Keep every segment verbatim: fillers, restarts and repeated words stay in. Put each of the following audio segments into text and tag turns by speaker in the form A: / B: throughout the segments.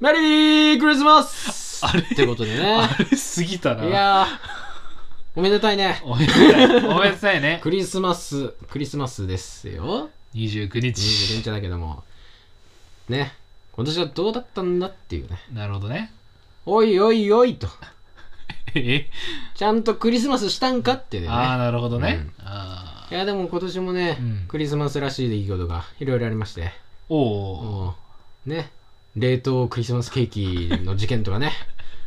A: メリークリスマス
B: あれ
A: ってことでね。
B: あれ過ぎたな。
A: いやー、おめでたいね。
B: おめでたい。おめでたいね。
A: クリスマス、クリスマスですよ。
B: にじゅうくにち。
A: にじゅうくにちだけども。ね。今年はどうだったんだっていうね。
B: なるほどね。
A: おいおいおいと。
B: え
A: ちゃんとクリスマスしたんかってね。
B: ああ、なるほどね。
A: うん
B: あ
A: いやでも今年もね、
B: うん
A: クリスマスらしい出来事がいろいろありまして。
B: おお。
A: もうね。冷凍クリスマスケーキの事件とかね。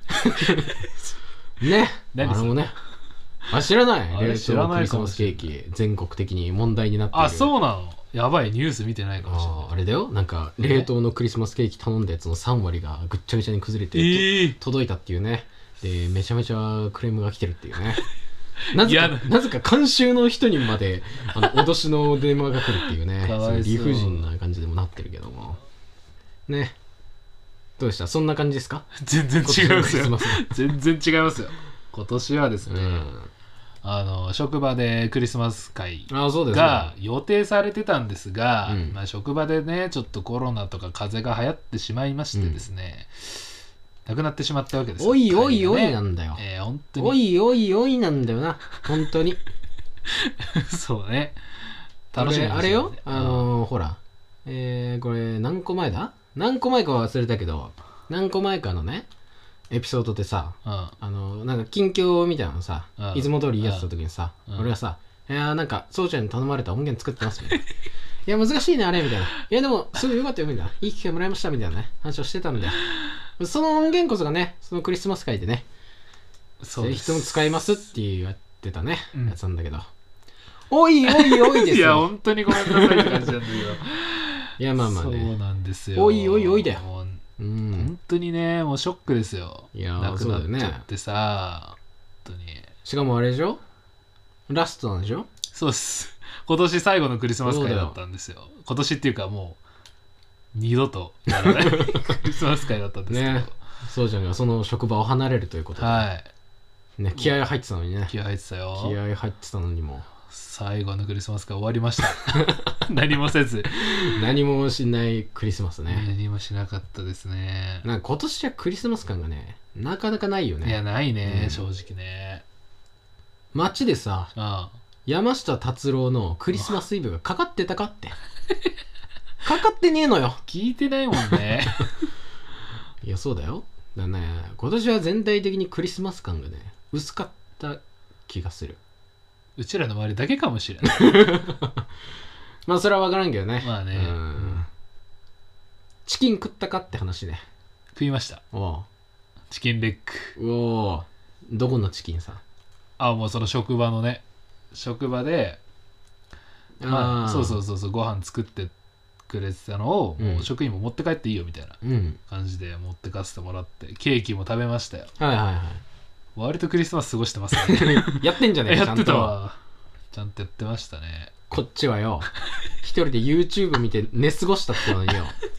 A: ね。
B: 何それ
A: あれもね。あ、知らない
B: あれ
A: 冷
B: 知らない
A: 凍クリスマスケーキ、全国的に問題になっている。
B: あ、そうなの。やばい、ニュース見てないかもしれない。
A: ああれだよ。なんか、冷凍のクリスマスケーキ頼んだやつのさんわりがぐっちゃぐちゃに崩れて、
B: ええ
A: と届いたっていうね。で、めちゃめちゃクレームが来てるっていうね。なぜ
B: 嫌
A: か、
B: だ
A: なぜか監修の人にまで、あの、脅しの電話が来るっていうね。
B: かわいそう
A: そういう理不尽な感じでもなってるけども。ね。どうでした？そんな感じですか？
B: 全然違いますよ
A: 今年のクリスマス。
B: 全然違いますよ。今年はですね、
A: うん。
B: あの職場でクリスマス会
A: ああ、そうです
B: が予定されてたんですが、
A: うん
B: まあ、職場でねちょっとコロナとか風邪が流行ってしまいましてですね、亡くなってしまったわけですよ。
A: おいおいおい
B: 会がね
A: なんだよ。
B: えー、本当に
A: おいおいおいなんだよな。本当に。
B: そうね
A: 楽しみ
B: にしてるね
A: あれよ、あのー、ほら、えー、これ何個前だ何個前かは忘れたけど、何個前かのね、エピソードでさ、
B: うんうん
A: あのー、なんか近況みたいなのさ、
B: うん
A: いつも通りやってた時にさ、
B: うん
A: 俺がさ、いやーなんか、そうちゃんに頼まれた音源作ってますみたいな。いや、難しいね、あれ、みたいな。いや、でも、すごいよかったよ、みたいな。いい機会もらいました、みたいなね、話をしてたんだよ。その音源こそがね、そのクリスマス会でね、
B: そうです
A: ぜひとも使いますって言ってたね、
B: うん
A: やつなんだけど。おいおいおいです
B: いや
A: よ。
B: 本当にごめんなさいって感じなんだけど
A: いや、まあまあ
B: そう
A: ね。
B: なんですよ。
A: おいおいおいだよ
B: もう
A: うん。
B: 本当にねもうショックですよ。
A: いやー
B: 亡くなっ
A: そうだよね
B: ちゃってさ、本当に
A: しかもあれでしょラストなんでしょ
B: そうです今年最後のクリスマス会だったんですよ。今年っていうかもう二度とやらないクリスマス会だったんですけど、
A: ねそうちゃんがその職場を離れるということで、
B: はい
A: ね、気合入ってたのにね
B: 気合入ってたよ。
A: 気合入ってたのにも
B: 最後のクリスマス会終わりました何もせず
A: 何もしないクリスマスね、
B: 何もしなかったですね。
A: なんか今年はクリスマス感がねなかなかないよ
B: いや
A: ね。
B: ないね、
A: うん
B: 正直ね。
A: 街でさ
B: あ
A: 山下達郎のクリスマスイブがかかってたかってかかってねえのよ。
B: 聞いてないもんね
A: いやそうだよだね今年は全体的にクリスマス感がね薄かった気がする。
B: うちらの周りだけかもしれない
A: まあそれは分からんけどね。
B: まあね
A: うんチキン食ったかって話ね。
B: 食いました。
A: おう
B: チキンレッグ。
A: うおーどこのチキンさ。
B: あもうその職場のね職場でまあそうそう
A: う
B: そうそうご飯作ってくれてたのを、
A: うん
B: もう職員も持って帰っていいよみたいな
A: うん
B: 感じで持ってかせてもらってケーキも食べましたよ。
A: はいはいは
B: 割とクリスマス過ごしてますね
A: いやってんじゃねえか
B: やってた
A: ちゃんと。
B: わちゃんとやってましたね。
A: こっちはよ一人で YouTube 見て寝過ごしたってのによ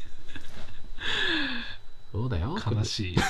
A: そうだよ
B: 悲しい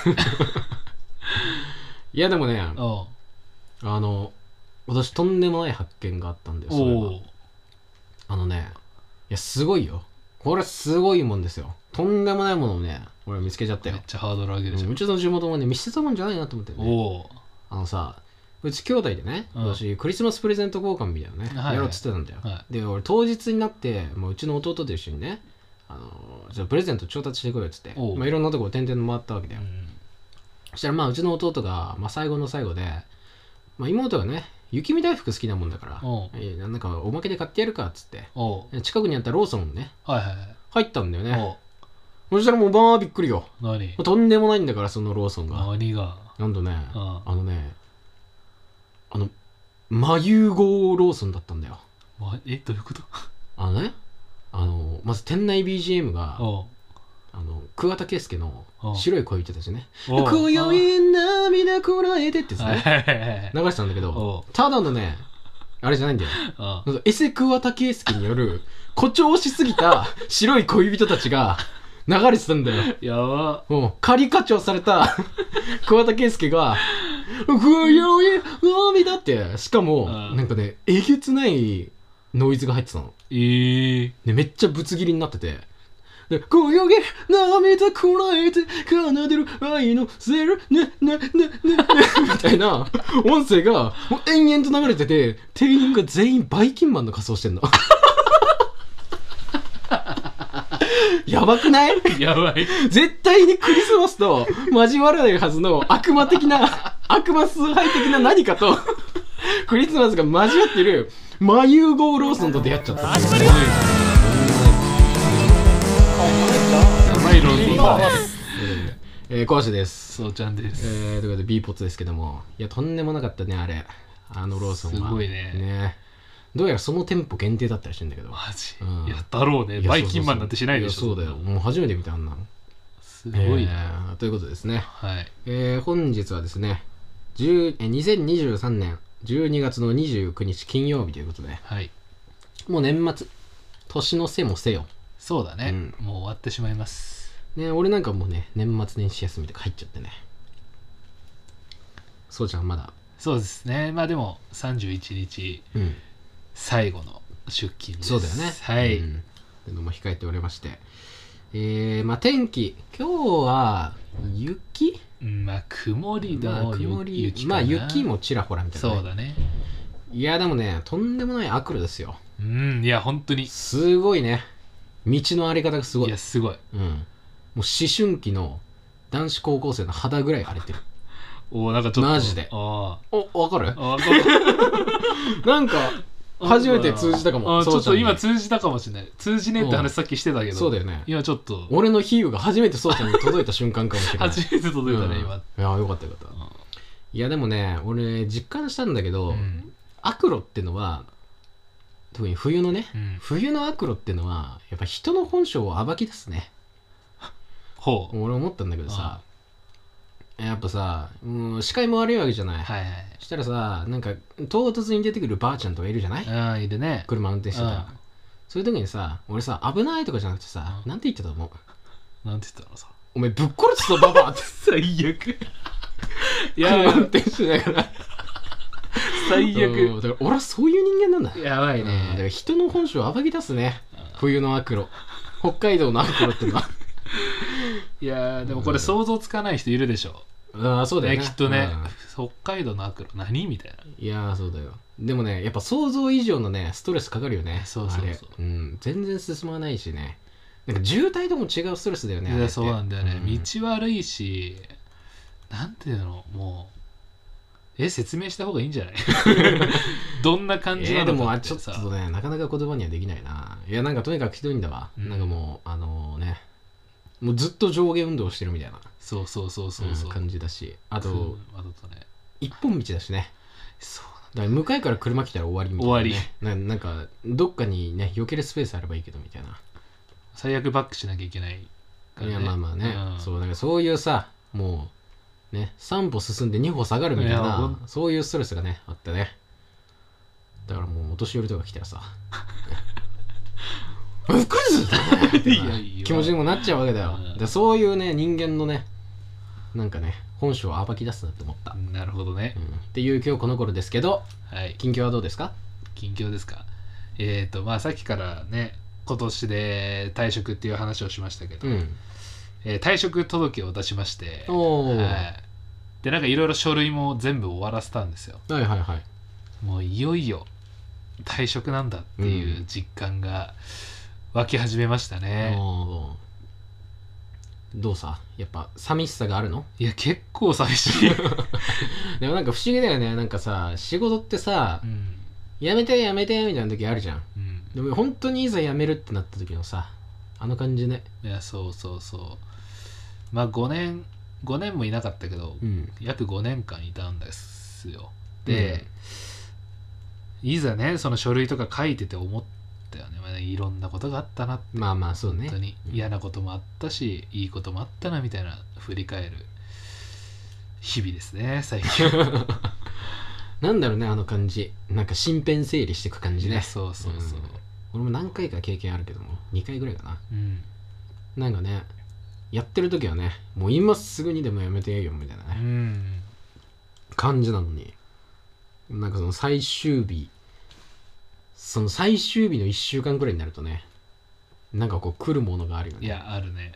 A: いやでもね
B: おう
A: あの私とんでもない発見があったんだよそれは。
B: おう
A: あのねいやすごいよこれすごいもんですよ。とんでもないものをね俺見つけちゃったよ
B: めっ。ちゃハードル上げるじゃん、
A: うんうちの地元もね見捨てたもんじゃないなと思ってね。
B: おお
A: あのさうち兄弟でね、
B: うん
A: 私クリスマスプレゼント交換みたいなね、
B: はい
A: やろうっつってたんだよ、
B: は
A: で俺当日になってもううちの弟と一緒にねあのーじゃあプレゼント調達してこいよっつって、
B: おう
A: まあ、いろんなとこ転々回ったわけだよ、
B: うん
A: そしたらまあうちの弟が、まあ、最後の最後で、まあ、妹がね雪見大福好きなもんだから
B: おう
A: えなんかおまけで買ってやるかっつって
B: おう
A: 近くにあったローソンね
B: はいはいはい
A: 入ったんだよね。
B: おう
A: そしたらもうまあびっくりよ。
B: 何
A: とんでもないんだからそのローソンが
B: 何が
A: なんとね
B: うん
A: あのねあのマユ号ローソンだったんだよ。
B: ま、えどういうこと
A: あのねあのまず店内 ビージーエム が
B: おう
A: あの桑田佳祐の白い恋人たちね
B: おう
A: 今宵涙こらえてってやつね
B: はいはいはい
A: 流したんだけ
B: お
A: ど
B: う
A: ただのねあれじゃないんだよ
B: あ
A: エセ桑田佳祐による誇張しすぎた白い恋人たちが流れてたんだよ。
B: やば
A: もうカリカチョウされた桑田佳祐が「今宵涙」ってしかも
B: うん
A: なんかねえげつないノイズが入ってたの。
B: ええ
A: でめっちゃぶつ切りになっててで、こよげ、涙こらえて、奏でる愛のゼル、ね、ね、ね、ね、ね、みたいな音声がもう延々と流れてて、店員が全員バイキンマンの仮装してんの。やばくない？
B: やばい。
A: 絶対にクリスマスと交わらないはずの悪魔的な、悪魔崇拝的な何かと、クリスマスが交わってる、マユーゴーローソンと出会っちゃった。
B: すごいな。甘いローソンだね。
A: えー、コアシです。
B: そうちゃんです。
A: えー、ということで B ポッツですけども、いや、とんでもなかったね、あれ。あのローソンは。
B: すごいね。
A: ね。どうやらその店舗限定だったりしてんだけど。
B: マジ、
A: うん、
B: いやだろうね。バイキンマンなんてしないでしょ。
A: そうだよ。もう初めて見たあんなの。
B: すごいね、
A: えー。ということですね。
B: はい。
A: えー、本日はですね、にせんにじゅうさんねんじゅうにがつのにじゅうくにち金曜日ということで、
B: はい、
A: もう年末、年の瀬も瀬よ。
B: そうだね、
A: うん、
B: もう終わってしまいます。
A: ね、俺なんかもうね、年末年始休みとか入っちゃってね。そうちゃんまだ。
B: そうですね。まあでもさんじゅういちにち、うん、最後の出勤です。
A: そうだよね。
B: はい。
A: うん、というのも控えておりまして。えー、まあ天気、今日は雪？
B: まあ曇りの、まあ、曇り雪かな。
A: まあ雪もちらほらみたいな、
B: ね。そうだね。
A: いやでもね、とんでもない悪路ですよ。
B: うん、いや本当に。
A: すごいね。道の荒れ方がすごい。
B: いやすごい。
A: うん。もう思春期の男子高校生の肌ぐらい腫れてる。
B: おお、なんかちょっと。
A: マジで。
B: あ
A: お、わかる？
B: わかる。
A: なんか、初めて通じたかも。
B: あ、ちょっと今通じたかもしれない。通じねえって話さっきしてたけど。
A: そうだよね。
B: 今ちょっと。
A: 俺の比喩が初めてそうちゃんに届いた瞬間かもしれない。
B: 初めて届いたね、うん、今。
A: いや、よかったよかった。うん、いや、でもね、俺、実感したんだけど、うん、悪路ってのは、特に冬のね、うん、冬の悪路ってのは、やっぱ人の本性を暴き出すね。
B: ほう。
A: 俺思ったんだけどさ、やっぱさ、うん、視界も悪いわけじゃない。
B: はいはい。
A: したらさ、なんか唐突に出てくるばあちゃんとかいるじゃない？
B: ああ、いるね。
A: 車運転してたら。そういう時にさ、俺さ、危ないとかじゃなくてさ、なんて言ってたと思
B: う？なんて言ったのさ。
A: お前ぶっ殺すぞババアって。
B: 最悪。
A: いや、車運転しながら。
B: 最悪。
A: だから俺はそういう人間なんだ。
B: やばいね。
A: だから人の本性を暴き出すね。冬の悪路。北海道の悪路ってのは。
B: いやでもこれ想像つかない人いるでしょ。
A: ああ、そうだよね。
B: きっとね、北海道の悪路何みたいな。
A: いやー、そうだよ。でもね、やっぱ想像以上のね、ストレスかかるよね。
B: そうそうそう。
A: うん、全然進まないしね。なんか渋滞とも違うストレスだよね。
B: いや、そうなんだよね。うん、道悪いし、なんていうの、もう、え、説明した方がいいんじゃない？どんな感じなのかってさ。えー、でも、ちょっとね、なかなか言葉にはできないな。いや、なんかとにかくひどいんだわ。うん、なんかもう、あのー、ね、もうずっと上下運動してるみたいな。 そうそうそうそうそう、
A: うん、感じだし、あと、
B: あとね、
A: 一本道だしね。
B: そう
A: だから向かいから車来たら終わりみたいな、ね、終わりな。なんかどっかにね避けるスペースあればいいけどみたいな。
B: 最悪バックしなきゃいけないから、ね、
A: いやまあまあね、
B: うん、
A: そうだからそういうさ、もうねさん歩進んでに歩下がるみたいな、そういうストレスがねあってね。だからもうお年寄りとか来たらさうっくりする気持ちにもなっちゃうわけだよ。でそういうね人間のねなんかね本性を暴き出すなって思った。
B: なるほどね、
A: うん、っていう今日この頃ですけど、
B: はい、
A: 近況はどうですか？
B: 近況ですか。えっ、ー、とまあさっきからね今年で退職っていう話をしましたけど、うん、えー、退職届を出しまして、はい、でなんかいろいろ書類も全部終わらせたんですよ。
A: はいはいはい。
B: もういよいよ退職なんだっていう実感が湧き始めましたね。
A: うん、どうさやっぱ寂しさがあるの？
B: いや結構寂しい。
A: でもなんか不思議だよね。なんかさ仕事ってさ、うん、やめてやめてみたいな時あるじゃん、うん、でも本当にいざやめるってなった時のさあの感じね。
B: いやそうそうそう。まあごねんごねんもいなかったけど、うん、約ごねんかんいたんですよ。で、うん、いざねその書類とか書いてて思ったよね。まあ、いろんなことがあったなって。
A: まあまあそうね。
B: 本当に嫌なこともあったし、うん、いいこともあったなみたいな振り返る日々ですね最近。
A: なんだろうねあの感じ。なんか身辺整理していく感じね。
B: そうそうそう、うん、
A: 俺も何回か経験あるけどもにかいぐらいかな、
B: うん、
A: なんかねやってる時はねもう今すぐにでもやめてよみたいなね、
B: うん、
A: 感じなのになんかその最終日その最終日のいっしゅうかんくらいになるとねなんかこう来るものがあるよね。
B: いやあるね。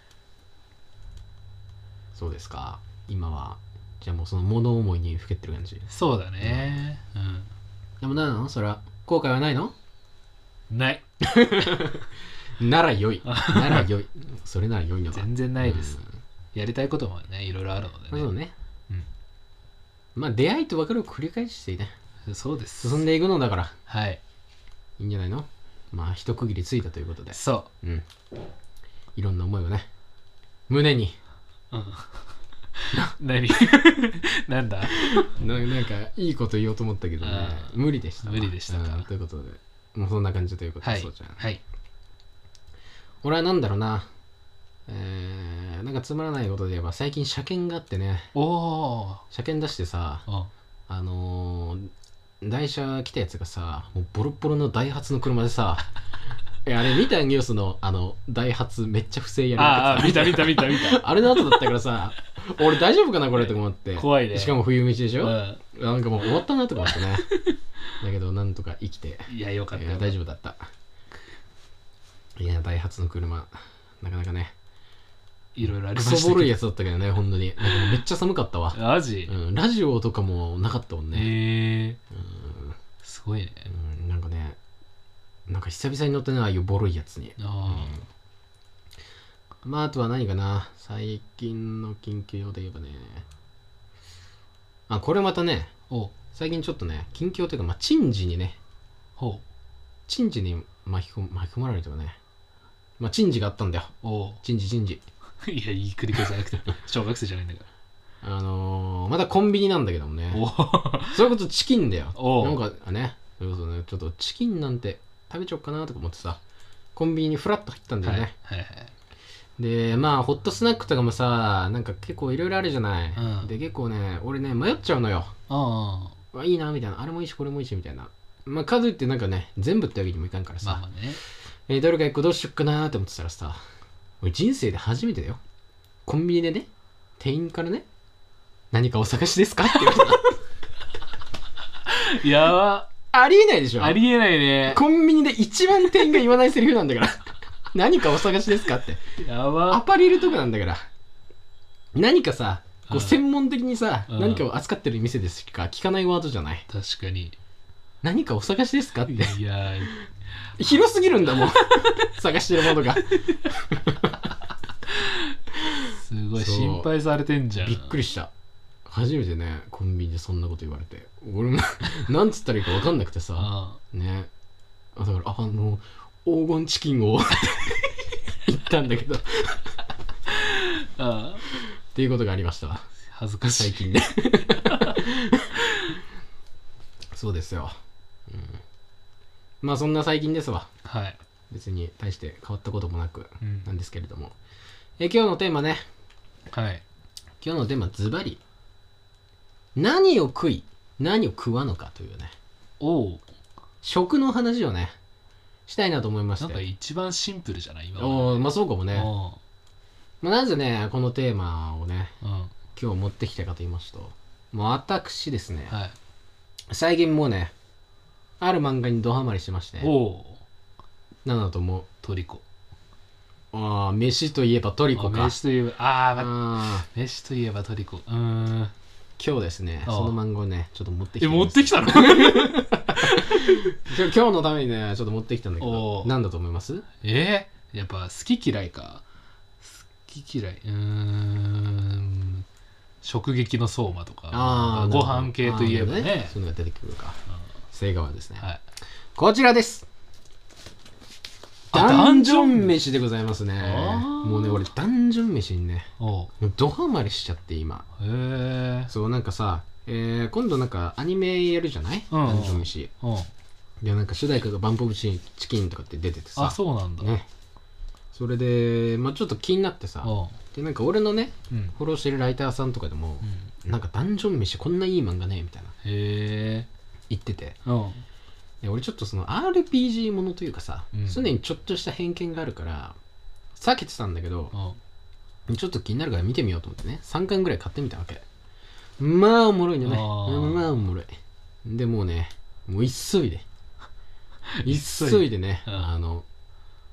A: そうですか。今はじゃあもうその物思いにふけってる感じ。
B: そうだね。うん、うん、
A: でも何なのそれは後悔はないの？
B: ない
A: なら良いなら良いそれなら良いのか。
B: 全然ないです、うん、やりたいこともねいろいろあるのでね。
A: そうね、
B: うん、
A: まあ出会いと別れを繰り返してね、
B: そうです、
A: 進んでいくのだから、
B: はい、
A: いいんじゃないの。まあ一区切りついたということで、
B: そう、
A: うん、いろんな思いをね胸に、
B: うん、何なんだ
A: な、なんかいいこと言おうと思ったけどね、無理でした。
B: 無理でしたか、うん、
A: ということでもうそんな感じということで、
B: はい、
A: そうちゃん、
B: はい、
A: 俺はなんだろうな、えー、なんかつまらないことで言えば最近車検があってね。
B: おー、
A: 車検出してさ、あのー、台車来たやつがさ、もうボロボロのダイハツの車でさえあれ見たニュースのあのダイハツめっちゃ不正やり
B: ああ見た見た見た見た
A: あれの後だったからさ、俺大丈夫かなこれとか思って。
B: 怖いね。
A: しかも冬道でしょ、うん、なんかもう終わったなとか思ってねだけどなんとか生きて、
B: いやよかったよ、
A: 大丈夫だった。いやダイハツの車なかなかね
B: いろいろありましたけど、
A: クソボロいやつだったけどね、本当になんかもうめっちゃ寒かったわ。
B: マジ、
A: うん、ラジオとかもなかったもんね。へ
B: えー、うん、すごいね、
A: うん、なんかねなんか久々に乗ったね、ああいうボロいやつに。あ、うん、まああとは何かな、最近の近況で言えばね、あこれまたね、お最近ちょっとね近況というか、まあ珍事にね、ほう珍事に巻き込巻き込まれるとかね、まあ珍事があったんだよ。お珍事珍事
B: いやいい繰り返さなくて小学生じゃないんだから。
A: あのー、またコンビニなんだけどもね、それこそチキンだよ。なんかね、それこそねちょっとチキンなんて食べちゃおうかなとか思ってさ、コンビニにフラッと入ったんだよね、はいはいはい、でまあホットスナックとかもさなんか結構いろいろあるじゃない、うん、で結構ね俺ね迷っちゃうのよ。ああいいなみたいな、あれもいいしこれもいいしみたいな、まあ数ってなんかね全部ってわけにもいかんからさ、まあまあね、えー、どれか一個どうしよっかなーって思ってたらさ、俺人生で初めてだよ、コンビニでね店員からね何かお探しですかって言われた
B: やば、
A: ありえないでしょ。
B: ありえないね。
A: コンビニで一番店員が言わないセリフなんだから何かお探しですかって。
B: やば、
A: アパレルとかなんだから、何かさこう専門的にさ何かを扱ってる店でしか聞かないワードじゃない。
B: 確かに。
A: 何かお探しですかって。
B: いや
A: 広すぎるんだもん探してるものが
B: すごい心配されてんじゃん。
A: びっくりした。初めてねコンビニでそんなこと言われて、俺もなんつったらいいか分かんなくてさ、ああねあだからあの黄金チキンを言ったんだけどああっていうことがありましたわ。
B: 恥ずかしい
A: 最近ねそうですよ、うん、まあそんな最近ですわ。はい、別に大して変わったこともなくなんですけれども、うん、え今日のテーマね、はい、今日のテーマズバリ何を食い何を食わぬかというね、お食の話をねしたいなと思いまして。
B: なんか一番シンプルじゃない今。
A: おまあそうかもね。まあ、なぜねこのテーマをね、うん、今日持ってきたかと言いますと、もう私ですね、はい、最近もうねある漫画にドハマりしてまして、おなんだと思う？
B: トリコ。
A: ああ飯といえばトリコか。
B: 飯といえばああ、ま、飯といえばトリコ。うーん
A: 今日ですねその漫画をねちょっと持ってきて。
B: え持ってきたの
A: 今日のためにねちょっと持ってきたんだけど、なんだと思います？
B: えー、やっぱ好き嫌いか。好き嫌い、うーん食撃の相馬とか、あご飯系といえば ね, ね
A: そういうのが出てくるか。正解はですね、はい、こちらです。ダンジョン飯でございますね。もうね俺ダンジョン飯にねドハマりしちゃって今。へえ。そうなんかさ、えー、今度なんかアニメやるじゃない、うん、ダンジョン飯。でなんか主題歌がバンプオブチキンとかって出ててさ。
B: あそうなんだ、
A: ね、それでまあちょっと気になってさ、でなんか俺のね、うん、フォローしてるライターさんとかでも、うん、なんかダンジョン飯こんないい漫画ねみたいなへ言ってて、で俺ちょっとその アールピージー ものというかさ、うん、常にちょっとした偏見があるから避けてたんだけど、ちょっと気になるから見てみようと思ってねさんかんぐらい買ってみたわけ。まあおもろいね。まあおもろい。でもうねもう急いで急いでねあの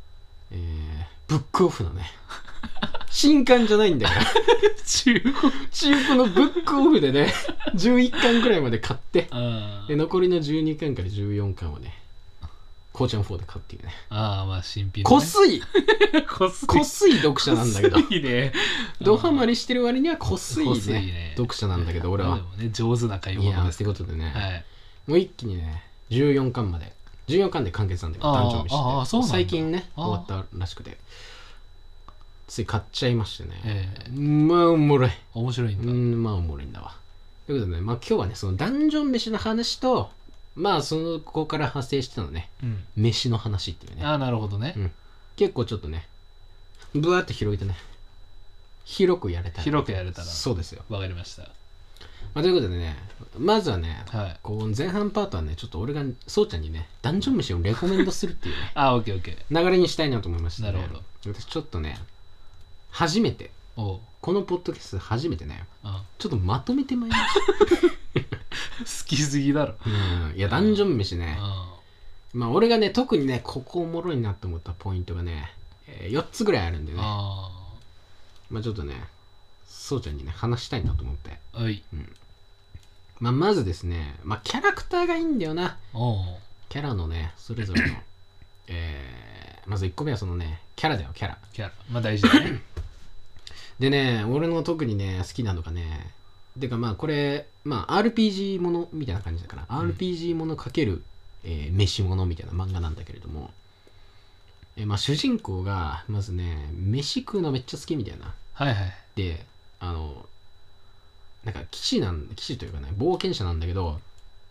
A: えー、ブックオフのね新刊じゃないんだから
B: 中古
A: 中古のブックオフでねじゅういっかんくらいまで買って
B: あ
A: で残りのじゅうにかんからじゅうよんかんをねこうちゃんフォーで買うっていうね
B: あまあ新品、ね、
A: こすい
B: こすい
A: こすい読者なんだけど
B: いいね
A: ドハマりしてる割にはこすい ね,
B: こすいね
A: 読者なんだけど俺は、
B: でもね上手な買い物です。
A: いやってことでね、
B: はい、
A: もう一気にねじゅうよんかんまでじゅうよんかんで完結なんだけどダンジョン飯って最近ね終わったらしくてつい買っちゃいましてね、えー、まあおもろい
B: 面白いんだ
A: うんまあおもろいんだわということでねまあ今日はねそのダンジョン飯の話とまあそのここから派生してたのね、うん、飯の話っていうね
B: ああなるほどね、
A: うん、結構ちょっとねぶわっと広げてね広くやれたら
B: 広くやれたら
A: そうですよ
B: わかりました、
A: まあ、ということでねまずはね、
B: はい、
A: こう前半パートはねちょっと俺がそうちゃんにねダンジョン飯をレコメンドするっていうね
B: あオッケーオッケー
A: 流れにしたいなと思いましたね。
B: なるほど
A: 私ちょっとね初めて
B: お
A: このポッドキャスト初めてね
B: あ
A: ちょっとまとめてまいりました
B: 好きすぎだろ
A: うんいやダンジョン飯ねまあ俺がね特にねここおもろいなと思ったポイントがね、えー、よっつぐらいあるんでね
B: あ
A: まあちょっとねそうちゃんにね話したいなと思って
B: はい、
A: うんまあ、まずですね、まあ、キャラクターがいいんだよなキャラのねそれぞれのえー、まずいっこめはそのねキャラだよキャラ
B: キャラまあ大事だね
A: でね俺の特にね好きなのがねてかまあこれまあ アールピージー ものみたいな感じだから、うん、アールピージー ものかける、えー、飯ものみたいな漫画なんだけれども、えー、まあ主人公がまずね飯食うのめっちゃ好きみたいな
B: はいはい
A: であのなんか騎士なん騎士というかね冒険者なんだけど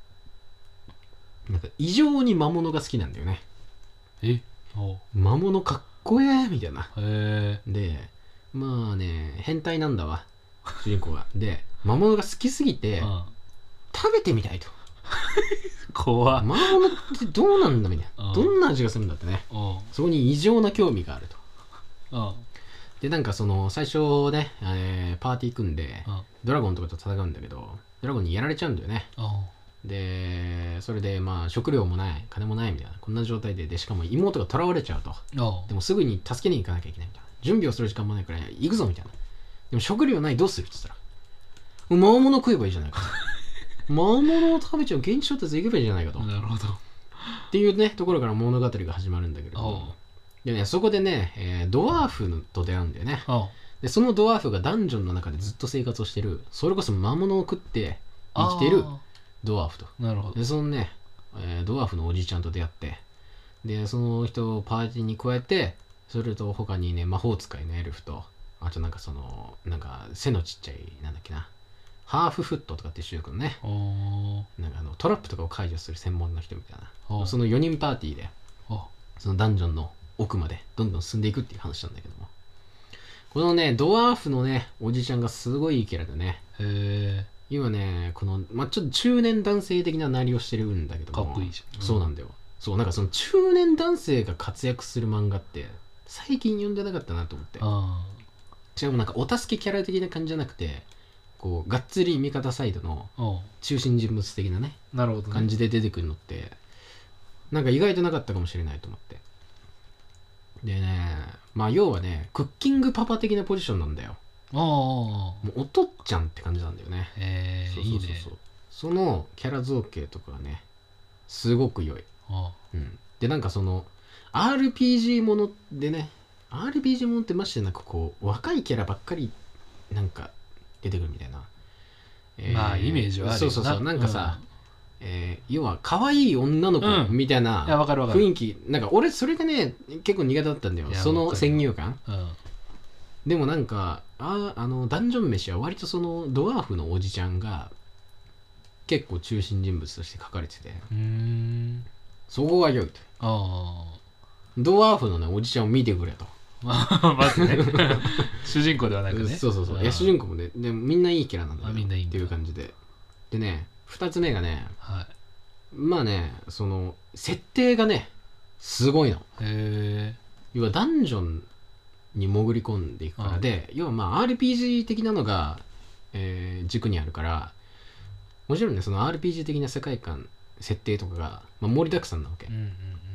A: なんか異常に魔物が好きなんだよね
B: えお
A: 魔物かっこええみたいな
B: へ
A: でまあね変態なんだわ主人公がで魔物が好きすぎて、うん、食べてみたいと
B: 怖っ
A: 魔物ってどうなんだみたいな、うん、どんな味がするんだってね、うん、そこに異常な興味があると、うん、でなんかその最初ね、えー、パーティー組んで、うん、ドラゴンとかと戦うんだけどドラゴンにやられちゃうんだよね、うん、でそれでまあ食料もない金もないみたいなこんな状態ででしかも妹が囚われちゃうと、うん、でもすぐに助けに行かなきゃいけないみたいな準備をする時間もないから行くぞみたいなでも食料ないどうするって言ったら魔物食えばいいじゃないかと魔物を食べちゃう現地調達で行けばいいじゃないかと
B: なるほど
A: っていうねところから物語が始まるんだけれどもでねそこでね、えー、ドワーフと出会うんだよねでそのドワーフがダンジョンの中でずっと生活をしてるそれこそ魔物を食って生きてるドワーフと
B: なるほど
A: でそのね、えー、ドワーフのおじいちゃんと出会ってでその人をパーティーに加えてそれと他にね魔法使いのエルフとあとなんかそのなんか背のちっちゃいなんだっけなハーフフットとかって種族のねなんかあのトラップとかを解除する専門の人みたいなそのよにんパーティーでそのダンジョンの奥までどんどん進んでいくっていう話なんだけどもこのねドワーフのねおじちゃんがすごいいいキャラでね
B: へ
A: 今ねこの、まあ、ちょっと中年男性的ななりをしてるんだけども
B: かっこいいじゃん、
A: うん、そうなんだよそうなんかその中年男性が活躍する漫画って最近読んでなかったなと思って
B: あ
A: しかもなんかお助けキャラ的な感じじゃなくてこうがっつり味方サイドの中心人物的なね
B: なるほどね
A: 感じで出てくるのってなんか意外となかったかもしれないと思ってでねまあ要はねクッキングパパ的なポジションなんだよ
B: も
A: うおとっちゃんって感じなんだよね
B: へえ
A: そうそうそうそういいねそのキャラ造形とかがねすごく良い
B: ああ、
A: うん、でなんかその アールピージー ものでね アールピージー ものってましてなんかこう若いキャラばっかりなんか出てくるみたいな、
B: えー、まあイメージはあるよな
A: そうそうそうなんかさ、うんえー、要は可愛い女の子みたいな雰囲気、うん、なんか俺それがね結構苦手だったんだよその先入観、うん、でもなんかああのダンジョン飯は割とそのドワーフのおじちゃんが結構中心人物として書かれてて
B: うーん
A: そこが良いと
B: あ
A: ドワーフのねおじちゃんを見てくれと
B: まずね主人公ではなくね
A: そうそうそういや主人公もねでもみんないいキャラなんだよみんないいっていう感じででね二つ目がね、
B: はい、
A: まあねその設定がねすごいの
B: へ
A: 要はダンジョンに潜り込んでいくからで、要はまあ アールピージー 的なのが、えー、軸にあるからもちろんねその アールピージー 的な世界観設定とかが、まあ、盛りだくさんなわけ、
B: うんうんうん、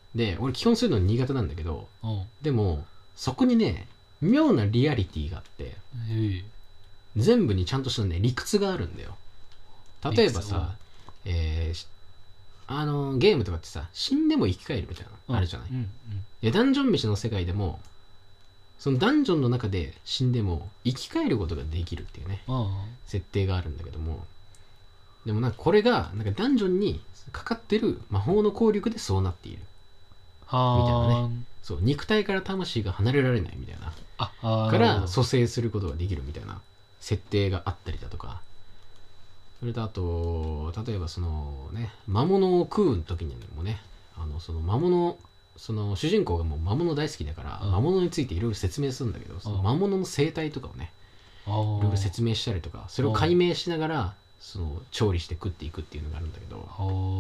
A: で俺基本そういうの苦手なんだけど、
B: うん、
A: でもそこにね妙なリアリティがあって、全部にちゃんとしたね理屈があるんだよ。例えばさ、えー、あのゲームとかってさ死んでも生き返るみたいなのあるじゃない、うんうん、でダンジョン飯の世界でもそのダンジョンの中で死んでも生き返ることができるっていうね、設定があるんだけども、でもなんかこれがなんかダンジョンにかかってる魔法の効力でそうなっているみたいなね。そう、肉体から魂が離れられないみたいな、あから蘇生することができるみたいな設定があったりだとか、それとあと例えばそのね魔物を食う時にもね、あのその魔物その主人公がもう魔物大好きだから、うん、魔物についていろいろ説明するんだけど、その魔物の生態とかをねいろいろ説明したりとか、それを解明しながらその調理して食っていくっていうのがあるんだけど、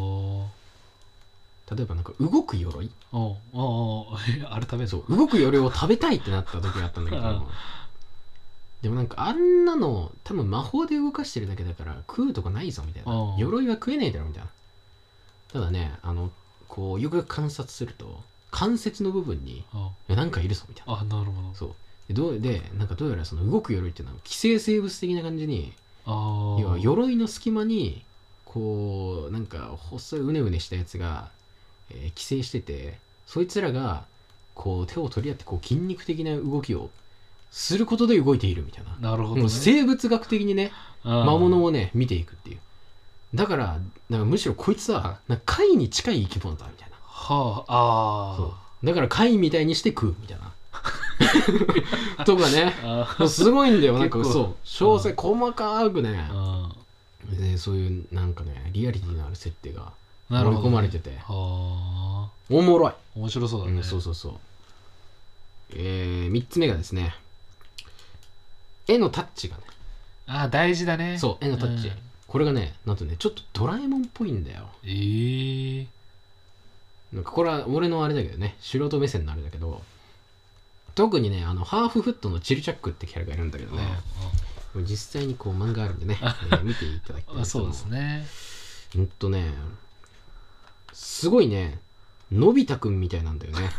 A: 例えばなんか動く鎧
B: おおあれ食べ
A: そう動く鎧を食べたいってなった時があったんだけどでもなんかあんなの多分魔法で動かしてるだけだから食うとかないぞみたいな、鎧は食えないだろみたいな。ただね、あのこうよくよく観察すると関節の部分になんかいるぞみたいな。
B: あ、なるほど。
A: そうでどうでなんかどうやらその動く鎧っていうのは寄生生物的な感じに、
B: あ
A: 要は鎧の隙間にこうなんか細いうねうねしたやつが、えー、寄生してて、そいつらがこう手を取り合ってこう筋肉的な動きをすることで動いているみたいな。
B: なるほど、ね、
A: 生物学的にね魔物をね見ていくっていう。だからなんかむしろこいつはなんか貝に近い生き物だみたいな。
B: はあ、あ
A: そうだから貝みたいにして食うみたいなとかね、すごいんだよ。なんかそう詳細細かくね、ねそういうなんかねリアリティのある設定が盛り込まれてて、
B: は
A: おもろい。
B: 面白そうだね、
A: うん、そうそうそう。えー、みっつめがですね、絵のタッチがね、
B: あー大事だね。
A: そう絵のタッチ、うん、これがねなんとねちょっとドラえもんっぽいんだよ。
B: えー、
A: なんかこれは俺のあれだけどね、素人目線のあれだけど、特にねあのハーフフットのチルチャックってキャラがいるんだけどね、うんうん、実際にこう漫画あるんでね、えー、見ていただきたい。
B: そうですね。
A: うんとねすごいねのび太くんみたいなんだよね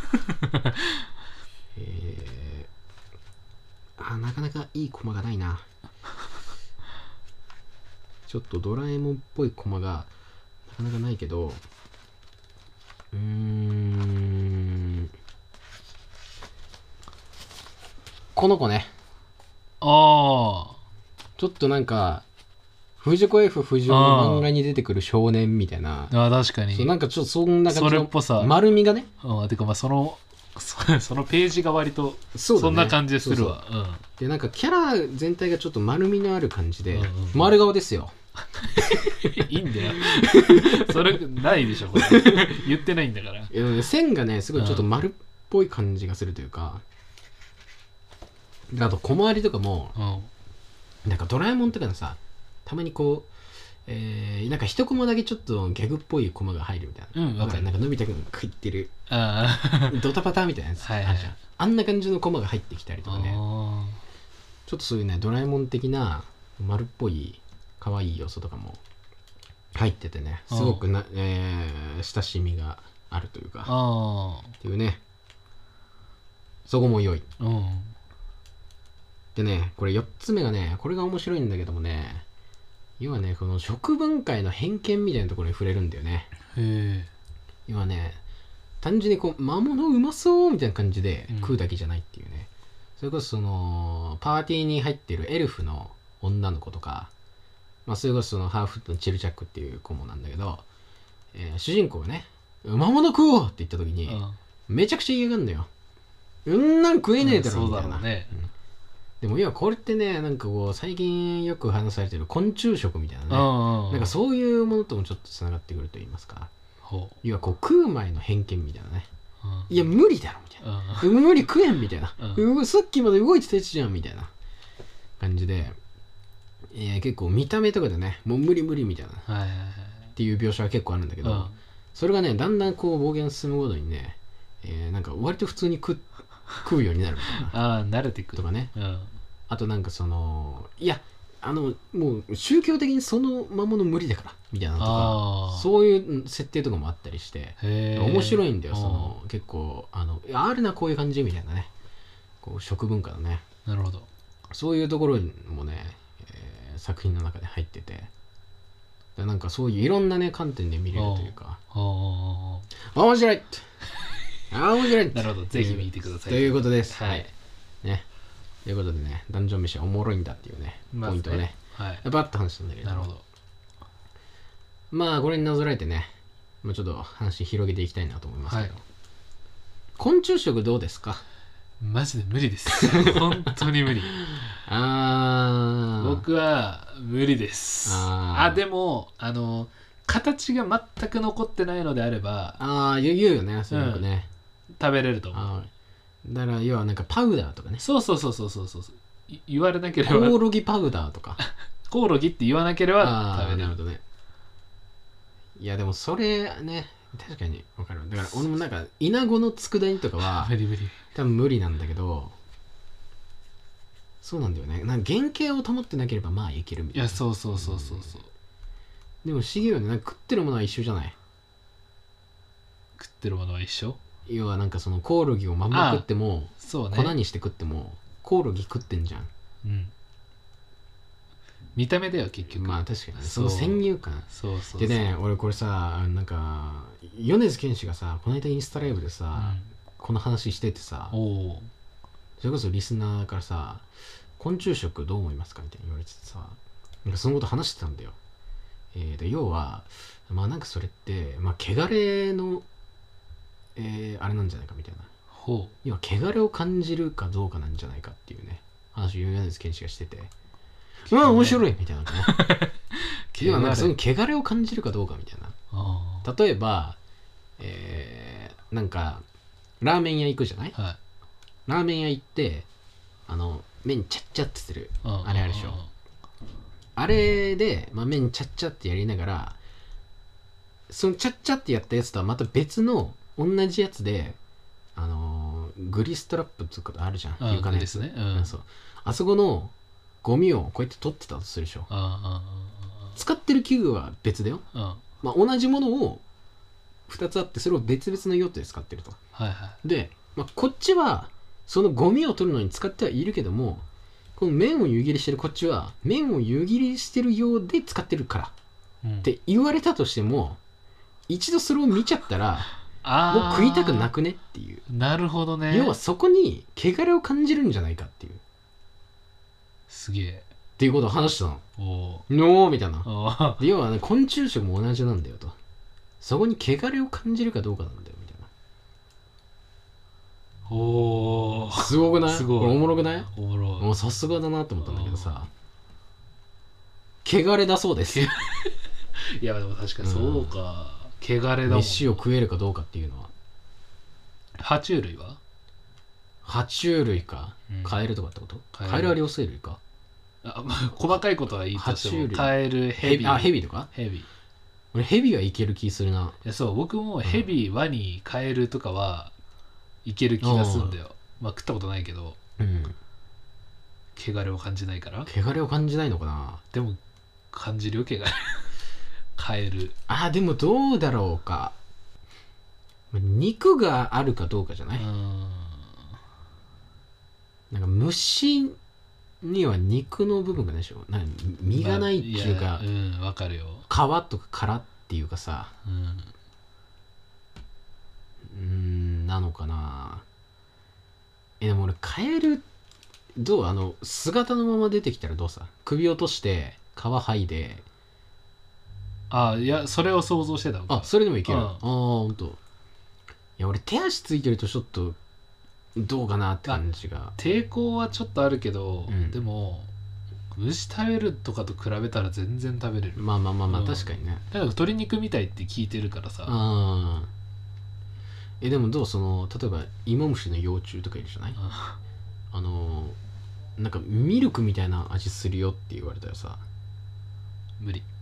A: えー、あなかなかいいコマがないな。ちょっとドラえもんっぽいコマがなかなかないけど、うーんこの子ね、
B: ああ
A: ちょっとなんか藤子 F 不二雄の漫画に出てくる少年みたいな。
B: ああ確かに。
A: そうなんかちょっとそんな感じの
B: それっぽさ
A: 丸みがね。
B: うん、てかまあそのそ, そのページが割と そ,、ね、そんな感じするわ。
A: そうそう、うん、でなんかキャラ全体がちょっと丸みのある感じで、うんうん、丸顔ですよ。
B: いいんだよ。それないでしょこれ。言ってないんだから。
A: 線がねすごいちょっと丸っぽい感じがするというか、うん、あと小回りとかも、うん、なんかドラえもんとかのさたまにこう、えー、なんか一コマだけちょっとギャグっぽいコマが入るみたいな、うん、わかる。なんかのび太くんが食ってるドタパタみたいなやつ、はいはい、あんな感じのコマが入ってきたりとかね、ちょっとそういうねドラえもん的な丸っぽい可愛い要素とかも入っててね、すごくな、えー、親しみがあるというかっていうね、そこも良い。でね、これよっつめがね、これが面白いんだけどもね、要はね、この食文化への偏見みたいなところに触れるんだよね。
B: へ
A: 要はね、単純にこう、魔物うまそうみたいな感じで食うだけじゃないっていうね。うん、それこそその、パーティーに入ってるエルフの女の子とか、まあ、それこそそのハーフットのチルチャックっていう子もなんだけど、えー、主人公がね、魔物食おうって言った時に、うん、めちゃくちゃ嫌がるんだよ。うんなん食えねえだろみたいな。うん、そうだろうね。うん、でも今これってね、なんかこう最近よく話されてる昆虫食みたいなね、なんかそういうものともちょっとつながってくると言いますか、要はこう食う前の偏見みたいなね、いや無理だろみたいな、無理食えんみたいな、さっきまで動いてたやつじゃんみたいな感じで、えー、結構見た目とかでねもう無理無理みたいな、はいはいはい、っていう描写は結構あるんだけど、それがねだんだんこう暴言進むごとにね、えー、なんか割と普通に食食うようになるみたいな。
B: ああ慣れていく
A: とかね、うん、あとなんかそのいやあのもう宗教的にそのままの無理だからみたいなとかそういう設定とかもあったりして面白いんだよ。その結構あのあるなこういう感じみたいなね、こう食文化のね、
B: なるほど、
A: そういうところもね、えー、作品の中で入ってて、なんかそういういろんなね観点で見れるというか面白い面白い
B: なるほど、ぜひ見てください
A: ということです。はい、はい、ね、ということでね、ダンジョン飯はおもろいんだっていうね、ポイントをね、はい、バッと話したんだけど、
B: なるほど。
A: まあこれになぞらえてね、もうちょっと話広げていきたいなと思いますけど、はい、昆虫食どうですか？
B: マジで無理です本当に無理あ僕は無理です。ああでもあの形が全く残ってないのであれば
A: ああ言うよね、それよくね、
B: うん、食べれると思う。
A: だから要はなんかパウダーとかね、
B: そうそうそうそうそうそう言われなければ
A: コオロギパウダーとか
B: コオロギって言わなければ食べれる。
A: なるほどね。いやでもそれね確かに分かる。だから俺もなんかイナゴの佃煮とかは
B: 無理無理
A: 多分無理なんだけど、そうなんだよね。なんか原型を保ってなければまあいけるみたいな。
B: いやそうそうそうそうそう、
A: うん、でも不思議よね。なんか食ってるものは一緒じゃない。
B: 食ってるものは一緒。
A: 要はなんかそのコオロギをまんま食っても
B: そう、ね、
A: 粉にして食ってもコオロギ食ってんじゃん。
B: うん。見た目だよ結局。
A: まあ確かに、ね、その先入観。
B: そうそうそう。
A: でね、俺これさ、なんか米津玄師がさこの間インスタライブでさ、うん、この話しててさ、おそれこそリスナーからさ昆虫食どう思いますかみたいに言われててさ、なんかそのこと話してたんだよ。えー、で要はまあなんかそれってまあ汚れの、えー、あれなんじゃないかみたいな。
B: ほう。
A: 要は汚れを感じるかどうかなんじゃないかっていうね話を米津玄師がしてて、うわ面白いみたいな、ね、要はなんかその汚れを感じるかどうかみたいな。例えば、えー、なんかラーメン屋行くじゃない、はい、ラーメン屋行ってあの麺チャッチャってするあれあるでしょ。あれで、まあ、麺チャッチャってやりながらそのチャッチャってやったやつとはまた別の同じやつであのー、グリストラップってことあるじゃん、床のやつ、ね、うん、そうあそこのゴミをこうやって取ってたとするでしょ。使ってる器具は別だよ、まあ、同じものをふたつあってそれを別々の用途で使ってると、はいはい、で、まあ、こっちはそのゴミを取るのに使ってはいるけどもこの麺を湯切りしてるこっちは麺を湯切りしてるようで使ってるから、うん、って言われたとしても一度それを見ちゃったらもう食いたくなくねっていう。
B: なるほどね。
A: 要はそこに汚れを感じるんじゃないかっていう。
B: すげえ
A: っていうことを話したの。おーみたいな。で要はね昆虫食も同じなんだよと。そこに汚れを感じるかどうかなんだよみたいな。おーすごくない？すごい。これおもろくない？おもろい。もうさすがだなと思ったんだけどさ、汚れだそうです。
B: いやでも確かにそうか、うん、汚れだもん。
A: 飯を食えるかどうかっていうのは。
B: 爬虫類は？
A: 爬虫類か、うん、カエルとかってこと？カエルは両生類か。
B: あ、まあ、細かいことは言いたしてもカエル、ヘビ。
A: あ、ヘビとか？
B: ヘビ。
A: 俺ヘビはいける気するな。
B: いやそう僕もヘビ、うん、ワニ、カエルとかはいける気がするんだよ。まあ食ったことないけど、うん、汚れを感じないから。
A: 汚れを感じないのかな。
B: でも感じるよ汚れ。カエル。
A: あでもどうだろうか。肉があるかどうかじゃない？うん、なんか虫には肉の部分がないでしょ。なんか身がないっていうか、まあ、
B: いや、うん、わかるよ。
A: 皮とか殻っていうかさ、うん、うーんなのかな。えでも俺カエルどうあの姿のまま出てきたらどうさ、首落として皮剥いで。
B: あいやそれを想像してたのか。
A: あそれでもいける。ああほんと。いや俺手足ついてるとちょっとどうかなって感じが。
B: 抵抗はちょっとあるけど、うん、でも虫食べるとかと比べたら全然食べれる。
A: まあまあまあまあ、うん、確かにね。
B: だから鶏肉みたいって聞いてるからさ。
A: あえでもどうその例えばイモムシの幼虫とかいるじゃない？あ, あのなんかミルクみたいな味するよって言われたらさ
B: 無理。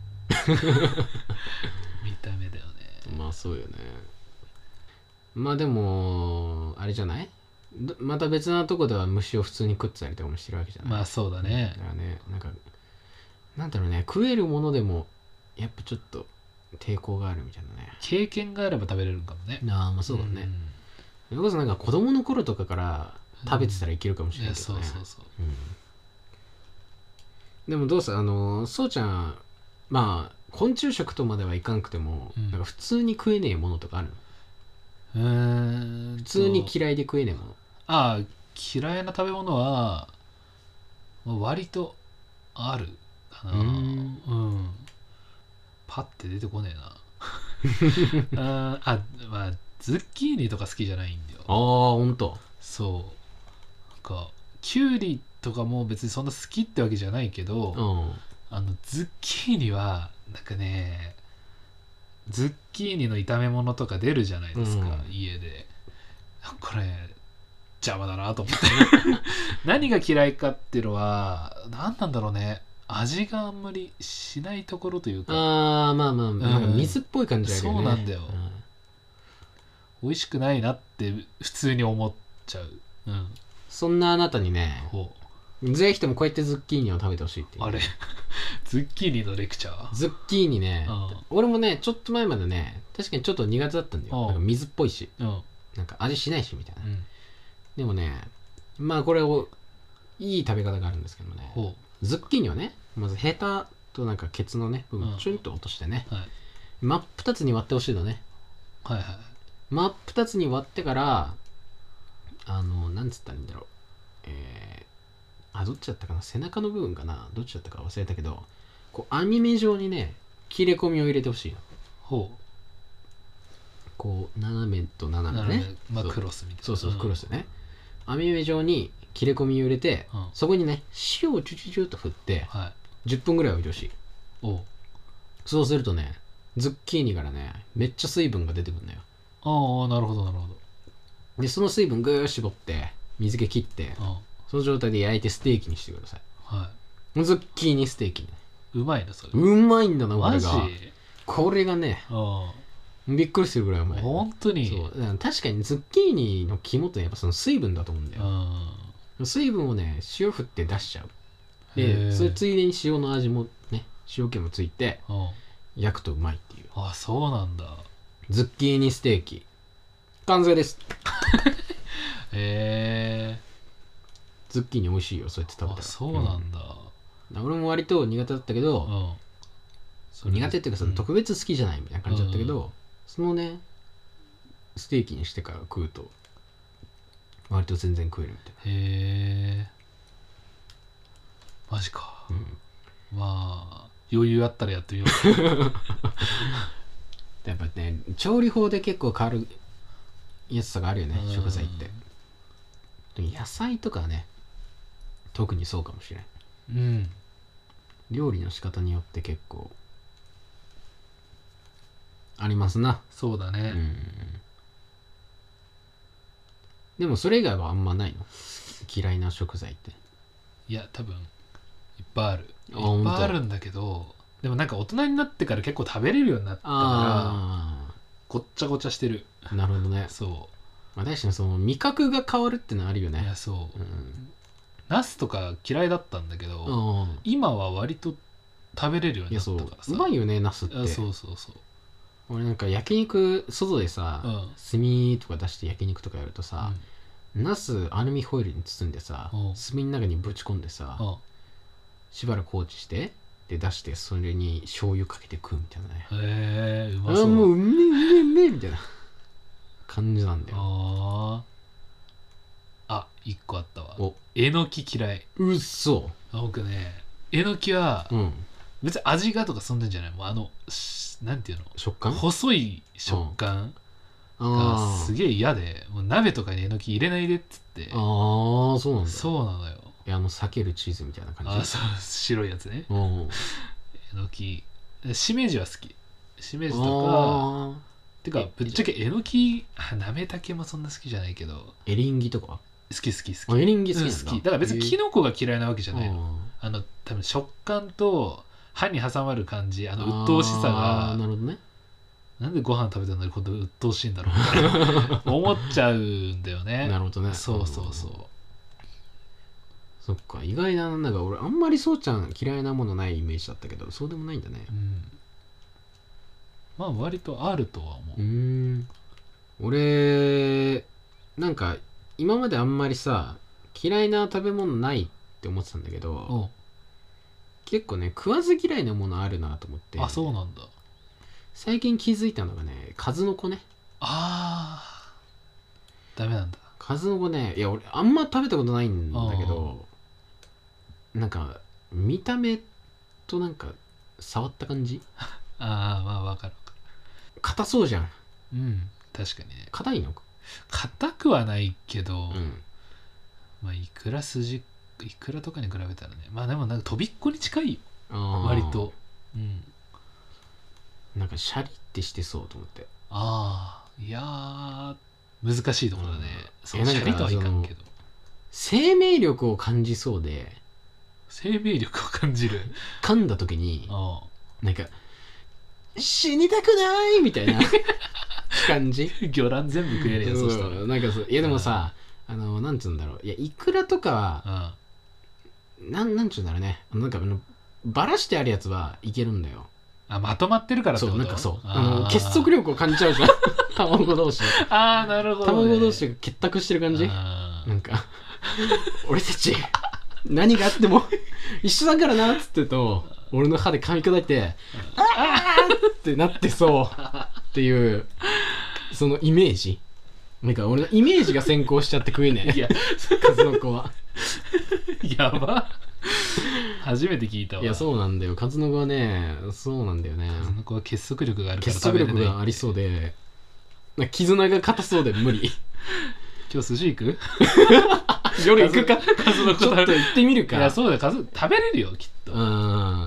B: 見た目だよね。
A: まあそうよね。まあでもあれじゃない？また別なとこでは虫を普通に食ってたりとかもしてるわけじゃない？
B: まあそうだね。
A: だからねなんかなんだろうね、食えるものでもやっぱちょっと抵抗があるみたいなね。
B: 経験があれば食べれるかもね。
A: ああ、まあそうだね。それこそなんか子供の頃とかから食べてたらいけるかもしれないけどね。
B: うん、そうそうそう、
A: うん、でもどうせあのそうちゃん、まあ昆虫食とまではいかんくても、うん、なんか普通に食えねえものとかあるの？
B: うーん、
A: 普通に嫌いで食えねえもの。
B: ああ、嫌いな食べ物は割とあるかな。うん、うん、パッて出てこねえなああ、まあズッキーニとか好きじゃないんだよ。
A: ああ、ほんと。
B: そうなんかキュウリとかも別にそんな好きってわけじゃないけど、うん、あのズッキーニはなんかね、ズッキーニの炒め物とか出るじゃないですか、うん、家で。これ邪魔だなと思って何が嫌いかっていうのは何なんだろうね、味があんまりしないところというか。
A: ああ、まあまあ、うん、なんか水っぽい感じだけどね。
B: そうなんだよ、うん、美味しくないなって普通に思っちゃう、うん、
A: そんなあなたにね、ぜひともこうやってズッキーニを食べてほしいっていう。
B: あれズッキーニのレクチャー。
A: ズッキーニね、うん、俺もねちょっと前までね確かにちょっと苦手だったんだよ、うん、なんか水っぽいし、うん、なんか味しないしみたいな、うん、でもね、まあこれをいい食べ方があるんですけどね、ズッキーニをねまずヘタとなんかケツのね部分チュンと落としてね、うん、はい、真っ二つに割ってほしいのね。
B: はいはい。
A: 真っ二つに割ってからあのなんつったらいいんだろう、えー、あどっちだったかな、背中の部分かな、どっちだったか忘れたけど、こう網目状にね切れ込みを入れてほしいの。ほう。こう斜めと斜めね、
B: まあ、クロスみたいな。
A: そうそうそう、クロスね、網目状に切れ込みを入れて、うん、そこにね塩をチュチュチュと振って、はい、じゅっぷんぐらい置いてほしい。おそうするとねズッキーニからねめっちゃ水分が出てくるんだよ。
B: ああ、なるほどなるほど。
A: でその水分ぐー絞って水気切って、うん、その状態で焼いてステーキにしてください。はい。ズッキーニステーキね。
B: うまいなそれ。
A: うまいんだなこれが。
B: マジ？
A: これがね、びっくりするぐらいうまい。
B: 本当に。
A: そう確かにズッキーニの肝ってやっぱその水分だと思うんだよ。水分をね塩振って出しちゃう。でそれついでに塩の味もね塩気もついて焼くとうまいっていう。
B: あ、そうなんだ。
A: ズッキーニステーキ完成です。
B: へえ。
A: ズッキーニ美味しいよそうやって食べたら。あ、
B: そうなんだ、
A: うん、俺も割と苦手だったけど、うん、苦手っていうかその特別好きじゃないみたいな感じだったけど、うん、そのねステーキにしてから食うと割と全然食えるみたいな。
B: へえ、マジか、うん、まあ余裕あったらやってみよう
A: やっぱね調理法で結構変わるやつとかあるよね、食材って。でも野菜とかね特にそうかもしれん。うん、料理の仕方によって結構ありますな。
B: そうだね、うん、
A: でもそれ以外はあんまないの？嫌いな食材って。
B: いや多分いっぱいある。いっぱいあるんだけど、でもなんか大人になってから結構食べれるようになったからごっちゃごちゃしてる。
A: なるほどね。
B: そう、
A: まあ、確かにその味覚が変わるってのはあるよね。
B: いやそう、うん、ナスとか嫌いだったんだけど、今は割と食べれるようになったからさ。
A: うまいよねナスって。
B: そうそうそう。
A: 俺なんか焼肉外でさ、うん、炭とか出して焼肉とかやるとさ、うん、ナスアルミホイルに包んでさ、うん、炭の中にぶち込んでさ、うん、しばらく放置してで出してそれに醤油かけて食うみたいなね。
B: へえ、うまそう。
A: あもううめえうめえうめえみたいな感じなんだよ。
B: ああ、一個あったわ。おえのき嫌い。
A: うっそ。
B: 僕ねえのきは、うん、別に味がとかそんなんじゃない。もうあのなんていうの、
A: 食感、
B: 細い食感がすげえ嫌で、もう鍋とかにえのき入れないでっつって。
A: ああそうなんだ。
B: そうなのよ。
A: いやあの避けるチーズみたいな感じ。
B: あそう白いやつね。えのきしめじは好き。しめじとかてかぶっちゃけえのきなめたけもそんな好きじゃないけど、
A: エリンギとか好
B: き好き好き。
A: エリンギ好きなんだ、
B: うん、好きだから別にキノコが嫌いなわけじゃないの。あの多分食感と歯に挟まる感じ、あの鬱陶しさが。
A: なるほどね。
B: なんでご飯食べたのに今度鬱陶しいんだろうみたいな思っちゃうんだよね。
A: なるほどね。
B: そうそうそう。
A: そっか、意外な。なんか俺あんまりそうちゃん嫌いなものないイメージだったけど、そうでもないんだね。
B: うん、まあ割とあるとは思う。
A: うーん。俺なんか今まであんまりさ嫌いな食べ物ないって思ってたんだけど、結構ね食わず嫌いなものあるなと思って。
B: あ、そうなんだ。
A: 最近気づいたのがね、数の子ね。
B: ああ、ダメなんだ。
A: 数の子ね、いや俺あんま食べたことないんだけど、なんか見た目となんか触った感じ
B: ああ、まあわかる。
A: 硬そうじゃん。
B: うん、確かにね。
A: 硬いの？
B: 硬くはないけど、
A: うん、
B: まあいくら筋いくらとかに比べたらね、まあでもなんか飛びっこに近いよ、
A: あ
B: 割と。うん、
A: なんかシャリってしてそうと思って。
B: ああ、いやー難しいところだね。
A: うん、
B: そう、シャリとはいかんけど
A: 生命力を感じそうで。
B: 生命力を感じる。
A: 噛んだ時に
B: あ
A: なんか死にたくないみたいな感じ。
B: 魚卵全部食えるやつ。そしたら
A: なんかそう、いやでもさ、あのなんつうんだろう、いやイクラとかはなんなんつうんだろうね、なんかあのバラしてあるやつはいけるんだよ。
B: あ、まとまってるからってこと？
A: そう、なんかそう、あの結束力を感じちゃうじゃん卵同士。
B: ああ、なるほど、ね、
A: 卵同士が結託してる感じ。なんか俺たち何があっても一緒だからなっつってと、俺の歯で噛み砕いてあーってなってそうっていうそのイメージ。なんか俺のイメージが先行しちゃって食えねえ。
B: いや
A: 数の子は
B: やば、初めて聞いたわ。
A: いやそうなんだよ、数の子はね、そうなんだよね。
B: 数の子は結束力があるから
A: 結束力がありそうで、なんか絆が硬そうで無理。
B: 今日寿司行く？
A: 夜行くか？
B: 数の子
A: ちょっと行ってみるか。
B: いやそうだよ、数食べれるよきっと。
A: うん。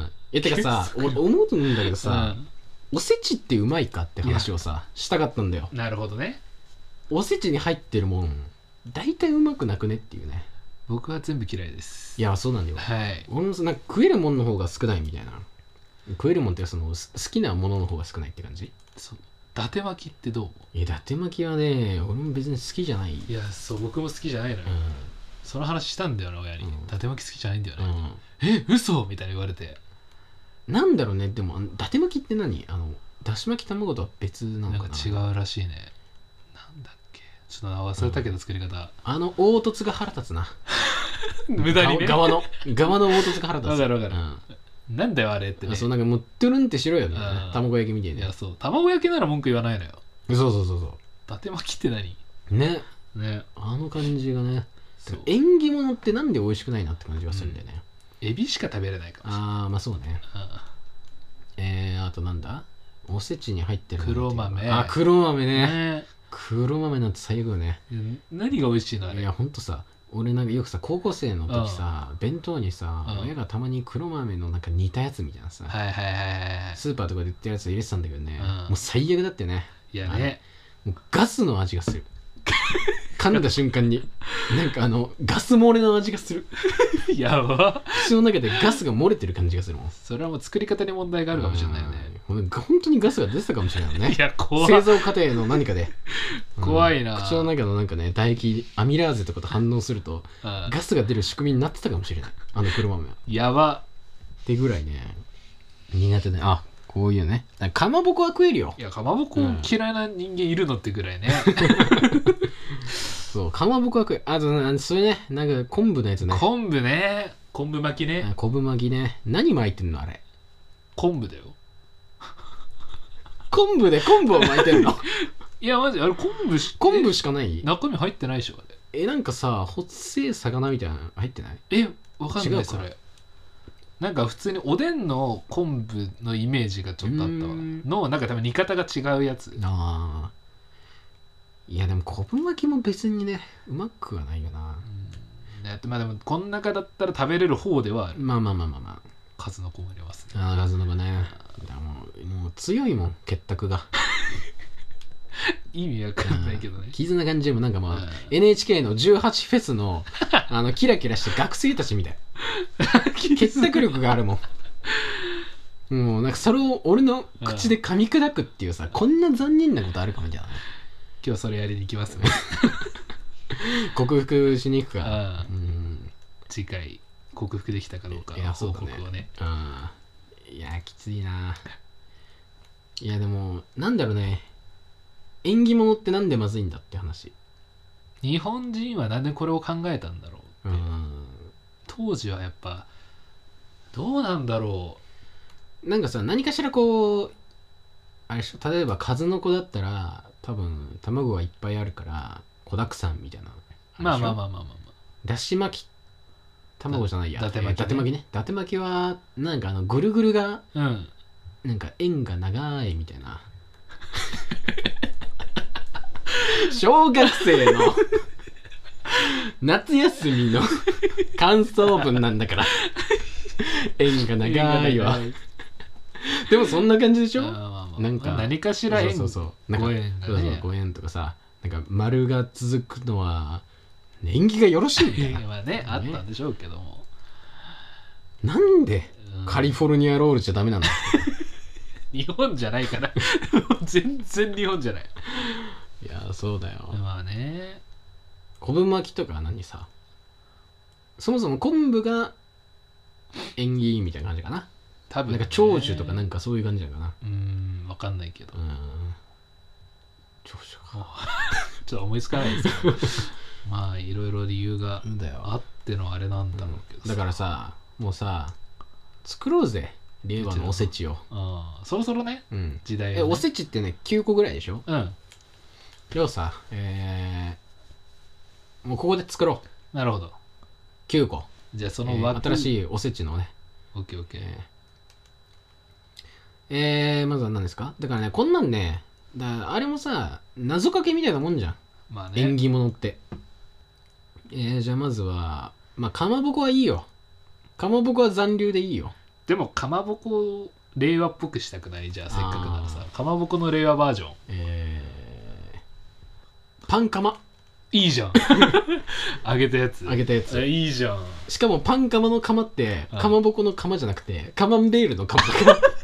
A: いやてかさ、俺思うんだけどさ、うん、おせちってうまいかって話をさしたかったんだよ。
B: なるほどね。
A: おせちに入ってるもん大体うまくなくねっていうね。
B: 僕は全部嫌いです。
A: いやそうなんだよ。
B: はい。
A: 俺もなんか食えるもんの方が少ないみたいな。食えるもんってその好きなものの方が少ないって感じ。
B: そう。伊達巻きってどう？
A: いや伊達巻きはね、俺も別に好きじゃない。
B: いやそう、僕も好きじゃないのよ。うん、その話したんだよな親に、うん、伊達巻き好きじゃないんだよね。うん、え嘘みたいに言われて。
A: なんだろうね。でも伊達巻きって何？あのだし巻き卵とは別なのかな。
B: なんか違うらしいね。なんだっけ、ちょっと忘れたけど、作り方、うん、
A: あの凹凸が腹立つな。
B: 無駄にね。
A: 側の側の凹凸が腹立つ。
B: わかるわかる、うん、なんだよあれってね。
A: そう、なんかもうトゥルンってしろよね、卵焼きみたいな。
B: いやそう、卵焼きなら文句言わないのよ。
A: そうそうそうそう。伊
B: 達巻きって何
A: ね。
B: ね、
A: あの感じがね。縁起物ってなんで美味しくないなって感じがするんだよね。
B: うん、エビしか食べれないかもしれない。
A: ああまあそうね。えー、あとなんだ、おせちに入ってる
B: 黒豆。
A: あ、黒豆ね。
B: ね、
A: 黒豆なんて最悪よね。
B: 何が美味しいのあれ。
A: いやほんとさ、俺なんかよくさ高校生の時さ、弁当にさ、親がたまに黒豆のなんか煮たやつみたいなさ、
B: はいはいはいはい、
A: スーパーとかで売ってるやつ入れてたんだけどね、もう最悪だってね。
B: いやね、
A: もうガスの味がする。噛んだ瞬間になんかあのガス漏れの味がする。
B: やば、
A: 口の中でガスが漏れてる感じがするもん。
B: それはもう作り方に問題があるかもしれないよね。
A: 本当にガスが出てたかもしれないね。
B: いや怖い、
A: 製造過程の何かで
B: 怖いな、
A: うん、口の中のなんかね唾液アミラーゼとかと反応するとガスが出る仕組みになってたかもしれない、あの黒豆は。
B: やば
A: ってぐらいね苦手ね。あ、こういうね、かまぼこは食えるよ。
B: いやかまぼこ嫌いな人間いるのってぐらいね、
A: うん、そうかまぼこは食える。あとそれね、なんか昆布のやつね。
B: 昆布ね、昆布巻きね。
A: 昆布巻きね。何巻いてんのあれ。
B: 昆布だよ。
A: 昆布で昆布を巻いてんの？
B: いやマジあれ昆布し
A: 昆布しかない？
B: 中身入ってないでしょあれ。
A: え、なんかさ、ほっせえ魚みたいなの入ってない？
B: え、わかんないそれ。なんか普通におでんの昆布のイメージがちょっとあったわの、なんか多分煮方が違うやつ。
A: ああ、いやでも昆布巻きも別にねうまくはないよな。
B: うん、ね、まあでもこの中だったら食べれる方ではある。
A: まあまあまあまあまあ、
B: 数の子もありますね。
A: ああ、数の子ね。だもう、もう強いもん結託が。
B: 意味わかんないけどね。
A: 絆感じでもなんかまあ エヌエイチケー のじゅうはちフェスのあのキラキラした学生たちみたい。結託力があるもん。もうなんかそれを俺の口で噛み砕くっていうさ、こんな残忍なことあるかみたいな。
B: 今日それやりに行きますね。
A: 克服しに行くか。
B: うん、 次回克服できたかどうか報告をね。
A: あいやきついな。いやでもなんだろうね、縁起物ってなんでまずいんだって話。
B: 日本人はなんでこれを考えたんだろうって。
A: うん
B: 当時はやっぱどうなんだろ
A: う。なんかさ、何かしらこうあれでしょ、例えば数の子だったら多分卵がいっぱいあるから子だくさんみたいな。
B: まあまあまあまあまあまあ。
A: だし巻き卵じゃないや。
B: だて巻きね。
A: だて巻きね。だて巻きはなんかあのぐるぐるが、
B: うん、
A: なんか円が長いみたいな。小学生の夏休みの感想文なんだから円が長いわ。でもそんな感じでしょ。
B: あまあまあ
A: なんか
B: 何かしら円
A: そうそうそう
B: ごえんがね、
A: そうそうごえんとかさ、なんか丸が続くのは縁起がよろしいみたいな。
B: まあね、あったんでしょうけども、
A: なんでカリフォルニアロールじゃダメなんだ。
B: 日本じゃないから全然日本じゃない。
A: いやそうだよ。
B: まあね、
A: 昆布巻きとか何さ、そもそも昆布が縁起みたいな感じかな。
B: 多分、ね、
A: なんか長寿とかなんかそういう感じだかな。
B: うーん、わかんないけど、
A: うん、長寿か
B: ちょっと思いつかないですけどまあいろいろ理由があってのあれなんだろうけど、
A: うん、だからさ、もうさ作ろうぜ令和のおせちを。
B: あそろそろね、うん、時代、ね、
A: えおせちってねきゅうこぐらいでしょ。
B: うん
A: でもさ、えー、もうここで作ろ
B: う。なるほど。
A: きゅうこ。
B: じゃあその枠、
A: えー、新しいおせちのね。
B: オッケーオッケー。
A: えー、えー、まずは何ですか。だからね、こんなんね、だあれもさ謎かけみたいなもんじゃん。
B: まあね。
A: 縁起物って。えー、じゃあまずは、まあかまぼこはいいよ。かまぼこは残留でいいよ。
B: でもかまぼこ令和っぽくしたくない？じゃあせっかくならさ、かまぼこの令和バージョン。
A: えーパンカマ
B: いいじゃん揚げたやつ
A: 揚げたやつ
B: いいじゃん。
A: しかもパンカマの釜ってかまぼこの釜じゃなくてカマンベールの釜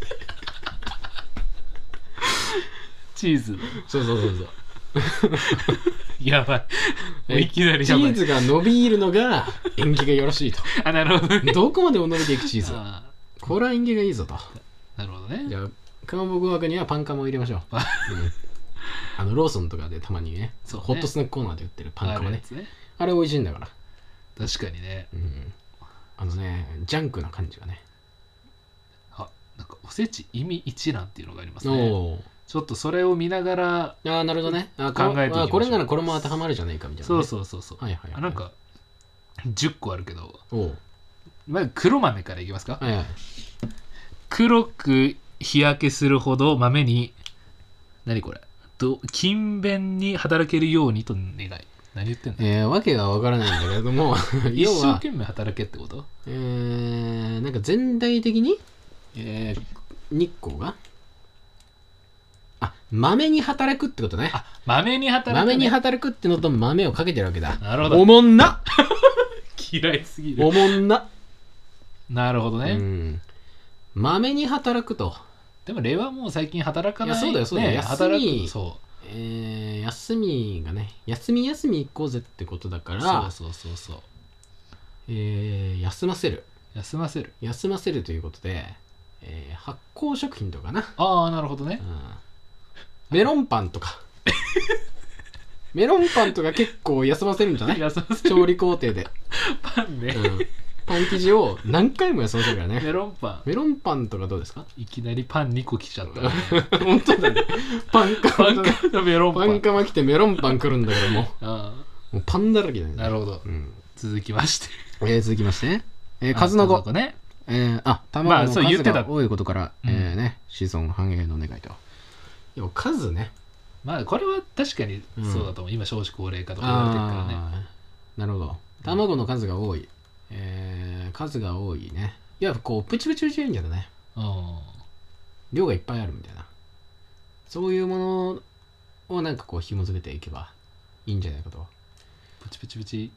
B: チーズ
A: そうそうそうそう
B: やばいいきなり
A: チーズが伸びるのが縁起がよろしいと。
B: あなるほど、ね、
A: どこまでも伸びていくチーズ、これは縁起がいいぞと。
B: なるほどね。
A: じゃあかまぼこ枠にはパンカマを入れましょう、うんあのローソンとかでたまに ね, ねホットスナックコーナーで売ってるパンカマ ね, ねあれ美味しいんだから。
B: 確かにね、うん、
A: あのねジャンクな感じがね。
B: あなんかおせち意味一覧っていうのがありますね。ちょっとそれを見ながら
A: あなるほどねあ
B: 考えていきましょう。
A: あこれならこれも当てはまるじゃないかみたいな、ね、
B: そうそうそうそう、
A: はいはい、はい、
B: なんかじゅっこあるけど
A: お
B: まず黒豆からいきますか。
A: はいはい、
B: 黒く日焼けするほど豆に何これと勤勉に働けるようにと願い。何言ってんの。
A: えー、わけがわからないんだけども
B: 一生懸命働けってこと。
A: えー、なんか全体的に、えー、日光があ豆に働くってことね。
B: あ豆に働く、ね、
A: 豆に働くってのと豆をかけてるわけだ。
B: なるほど。
A: おもんな
B: 嫌いすぎる。
A: おもんな
B: なるほどね、
A: うん、豆に働くと。で
B: も令和もう最近働かない。
A: いやそうだよそうだよ、ね、
B: 休
A: み
B: そう、
A: えー、休みがね休み休み行こうぜってことだから。
B: そうそうそうそう、
A: えー、休ませる
B: 休ませる
A: 休ませるということで、えー、発酵食品とかな。
B: ああなるほどね、
A: うん、メロンパンとかメロンパンとか結構休ませるんじゃない。
B: 休ませる
A: 調理工程で
B: パンね、
A: うんパン生地を何回も休ませるからね。
B: メロンパン
A: メロンパンとかどうですか。
B: いきなりパンにこ来ちゃったね
A: 本当だね。パンカマ
B: とメロンパン
A: パンカマ来てメロンパン来るんだけども
B: あ
A: もうパンだらけだよね。
B: なるほど、うん、続きまして、
A: えー、続きまして、えー、数の子ね、えー、あ卵の数が多いことから、まあえーね、子孫繁栄の願いと。でも数ね、
B: まあこれは確かにそうだと思う、うん、今少子高齢化とか言われてるからね。
A: なるほど。卵の数が多い、えー、数が多いね。いやこうプチプチプチいんじゃね、うん、量がいっぱいあるみたいな、そういうものをなんかこう紐付けていけばいいんじゃないかと。
B: プチプチプチ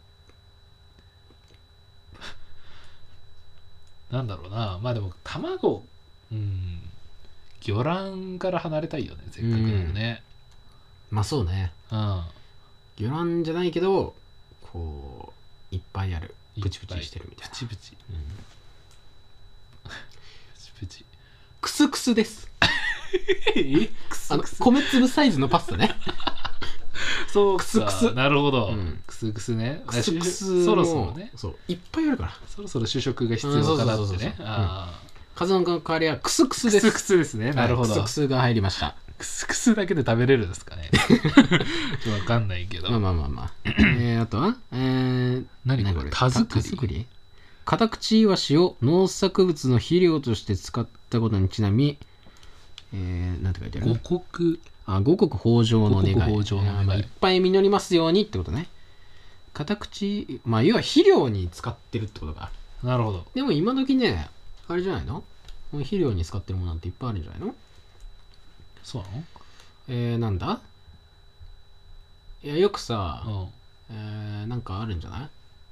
B: なんだろうな。まあでも卵、うん魚卵から離れたいよね、せっかくなのね、
A: うん、まあそうね、
B: うん、
A: 魚卵じゃないけどこういっぱいあるプチプチしてるみたいな。
B: プチプチ、うん、プチプチ
A: クスクスです
B: えクスクス
A: あの米粒サイズのパスタね
B: そうか
A: クスクス
B: なるほど、
A: うん、
B: クスクスね
A: クスクス
B: そろそろね
A: そういっぱいあるから
B: そろそろ主食が必要かなってね
A: 数の代わりはクスクスです
B: クスクスですねなるほど、
A: はい、クスクスが入りました。
B: クスクスだけで食べれるんですかねわかんないけど
A: まあまあまあまあえー、あとはえー、
B: 何これ田作り
A: 田作りカタクチイワシを農作物の肥料として使ったことにちなみ、えー、なんて書いてある
B: 五穀
A: あ五穀豊穣の願い、
B: 五穀豊穣の願い、
A: まあ、いっぱい実りますようにってことね。カタクチまあ要は肥料に使ってるってことか。
B: なるほど。
A: でも今時ねあれじゃないの肥料に使ってるものなんていっぱいあるんじゃないの。
B: そうなの。
A: えー、なんだいやよくさ、
B: うん
A: えー、なんかあるんじゃない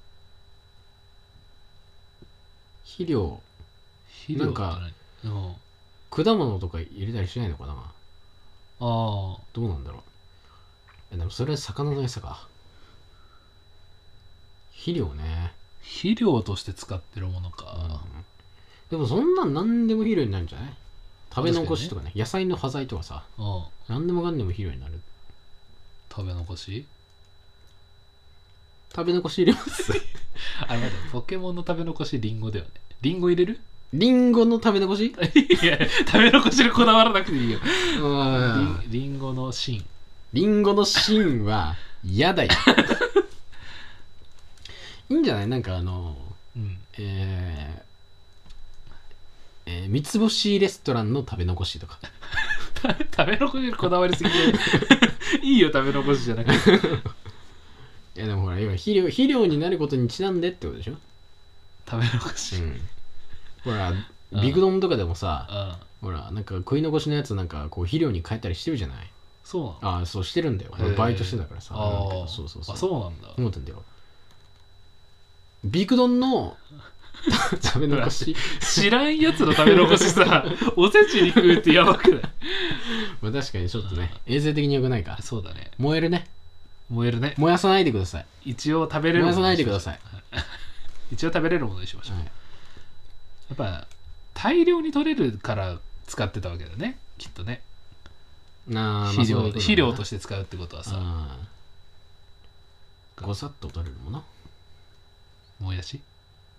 A: 肥料
B: 肥料
A: なんか、
B: うん、
A: 果物とか入れたりしないのかな。あ
B: あ
A: どうなんだろう。でもそれは魚の餌か。肥料ね。
B: 肥料として使ってるものか、うん、
A: でもそんなん何でも肥料になるんじゃない。食べ残しとか ね, かね野菜の端材とかさ、うん、何でもかんでも肥料になる。
B: 食べ残し
A: 食べ残し入れます
B: あれ待ってポケモンの食べ残しリンゴだよね。リンゴ入れる
A: リンゴの食べ残し
B: いや食べ残しにこだわらなくていいよリン。リンゴの芯
A: リンゴの芯は嫌だよいいんじゃないなんかあの、うん、えーえー、三つ星レストランの食べ残しとか
B: 食べ残しにこだわりすぎていいよ食べ残しじゃなくて
A: いやでもほら今肥料肥料になることにちなんでってことでしょ。
B: 食べ残し、うん、
A: ほらビグドンとかでもさ、うん、ほらなんか食い残しのやつなんかこう肥料に変えたりしてるじゃない。
B: そうなの。
A: ああそうしてるんだよ。バイトしてたからさ。
B: あ
A: あそうそうそう。
B: あそうなんだ。
A: 思ってんだよ。ビグドンの食べ残し
B: 知らんやつの食べ残しさおせちに食うってやばくない。
A: まあ確かにちょっとね衛生的に良くないか。
B: そうだね。
A: 燃えるね。
B: 燃えるね。
A: 燃やさないでください。
B: 一応食べれる
A: 燃やさないでください
B: 一応食べれるものにしましょう、はい、やっぱ大量に取れるから使ってたわけだねきっとね。
A: な
B: 肥料、まあ、肥料として使うってことはさ
A: ごさっと取れるもの。
B: もやし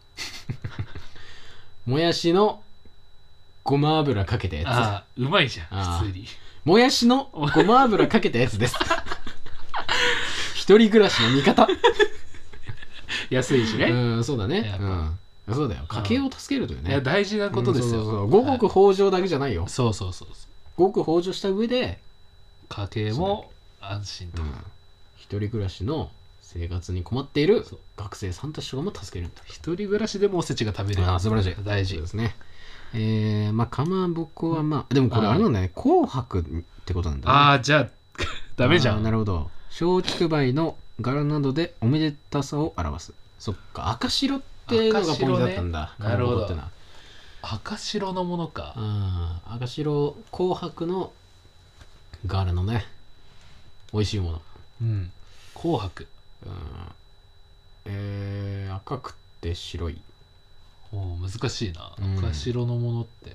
A: もやしのごま油かけたやつ。
B: ああうまいじゃん普通に。
A: もやしのごま油かけたやつです一人暮らしの味方
B: 安いしね。
A: うんそうだね。うんそうだよ。家計を助けるというね。
B: いや大事なことですよ。
A: 五穀豊穣だけじゃないよ。
B: そうそうそう。
A: 五穀豊穣した上で
B: 家計も安心と。
A: 一人暮らしの生活に困っている学生さんたちとかも助けるんだ。
B: 一人暮らしでもおせちが食べれる。
A: ああ素晴らしい。
B: 大事
A: ですね。えー、まあかまぼこはまあでもこれあれなんだね。紅白ってことなんだね。
B: ああじゃあダメじゃん。
A: なるほど。松竹梅の柄などでおめでたさを表す。そっか赤白ってのがポイントだったんだ。
B: なるほど。赤白のものか。
A: うん赤白紅白の柄のね美味しいもの。
B: うん紅白。
A: うんえー、赤くて白い。
B: お難しいな、うん、赤白のものって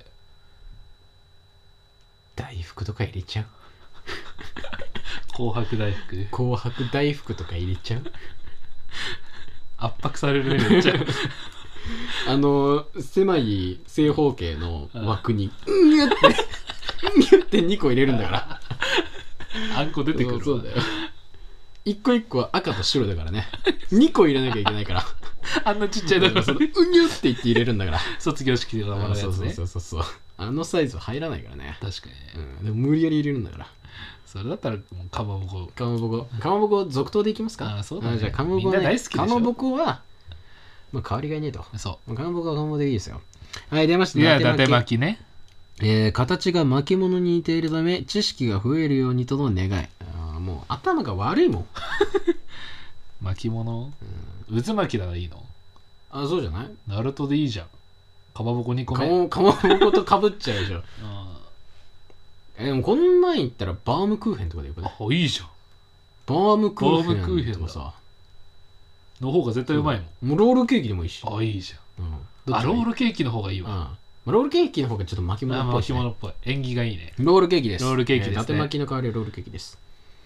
A: 大福とか入れちゃう
B: 紅白大福
A: 紅白大福とか入れちゃう
B: 圧迫されるねめっちゃ
A: あの狭い正方形の枠にうんぎゅってうんぎゅってにこ入れるんだから
B: あんこ出てくるわ。
A: そうだよ一個一個は赤と白だからねにこ入れなきゃいけないから
B: あんなちっちゃいだから
A: うにゅって言って入れるんだから
B: 卒業式とかのやつね。
A: そうそうそうそうあのサイズ入らないからね。
B: 確かにね、
A: うん、でも無理やり入れるんだから。
B: それだったらもうかまぼこ
A: かまぼこかまぼこ続投でいきますか。
B: あそうだね。
A: じゃあかまぼこ、ね、
B: みんな大好きでしょ。
A: かまぼこはまあ代わりがいねえと。
B: そう
A: かまぼこはかまぼこでいいですよ。はい出ました。
B: いや伊達巻きね。
A: えー、形が巻物に似ているため知識が増えるようにとの願い。あもう頭が悪いもん
B: 巻物、うん、渦巻きならいいの。
A: あそうじゃない。
B: ナルトでいいじゃん。かまぼこにこめ
A: かまぼことかぶっちゃうでしょえでもこんなん言ったらバームクーヘンとかでよくない。
B: あいいじゃん。
A: バームクーヘンとかさ
B: の方が絶対うまいもん。
A: もうロールケーキでもいいし。
B: あ、いいじゃん。
A: うん、
B: あ、ロールケーキの方がいいわ。
A: うん、ロールケーキの方がちょっと巻物っぽい、ね、
B: 巻物っぽい。縁起がいいね。
A: ロールケーキです。
B: ロールケーキですね。
A: 伊達巻きの代わりはロールケーキです。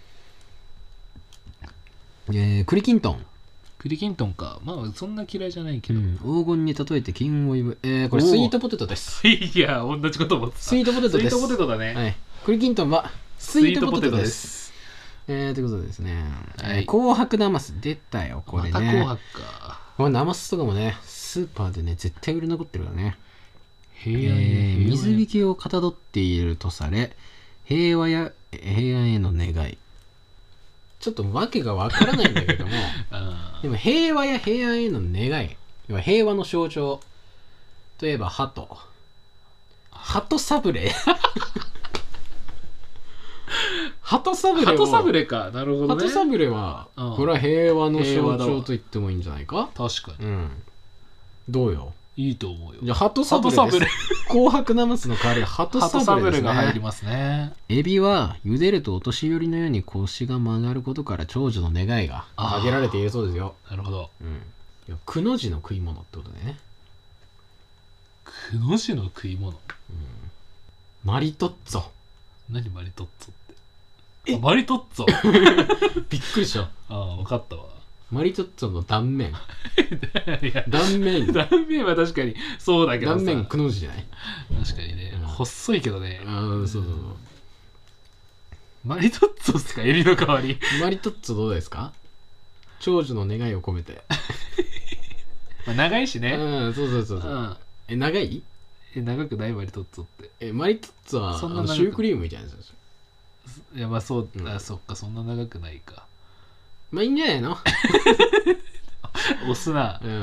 A: えー、栗きんとん。
B: 栗きんとんか。まあそんな嫌いじゃないけど、
A: うん、黄金に例えて金を呼ぶ。えー、これスイートポテトです。
B: いや、同じこと思ってた。
A: スイートポテトです。
B: スイートポテトだね。
A: はい。栗きんとんはスイートポテトです。えー、ということでですね、はい、紅白ナマス出たよ、これね。
B: また紅白か。
A: これナマスとかもね、スーパーでね、絶対売れ残ってるからね。
B: 平安、
A: えー、水引きをかたどっているとされ、平和や平安への願い。ちょっとわけがわからないんだけども、でも平和や平安への願い、要は平和の象徴といえば鳩。鳩サブレ。鳩サブレ。
B: 鳩サブレか。なるほどね。
A: 鳩サブレは、うん、これは平和の象徴と言ってもいいんじゃないか。
B: 確かに。
A: うん。どうよ。
B: いいと思うよ。
A: じゃあ鳩サブレです。紅白ナマスの代わり鳩サブレですね。
B: 鳩サブレが入りますね。
A: エビは茹でるとお年寄りのように腰が曲がることから長寿の願いが挙げられているそうですよ。
B: なるほど。
A: うん。いや、くの字の食い物ってことでね。
B: くの字の食い物。うん、
A: マリトッツォ。
B: 何マリトッツォって。マリトッツ
A: ォ。びっくりした。
B: ああ、分かったわ。
A: マリトッツォの断面。いや断面。
B: 断面は確かにそうだけどさ。
A: 断面くの字じゃない。
B: 確かにね。うん、細いけどね。
A: ああ、そうそうそう。
B: マリトッツォっすか、エビの代わり。
A: マリトッツォどうですか。長寿の願いを込めて。
B: まあ長いしね。
A: うん、そうそうそうそう。うん、え、長い？
B: え、長くないマリトッツォって。
A: え、マリトッツォはそんなシュークリームみたいなやつですよ。
B: いや、まあそう、うん、あ、そっか、そんな長くないか。
A: まあいいんじゃないの。
B: 押すな。
A: うん。うん、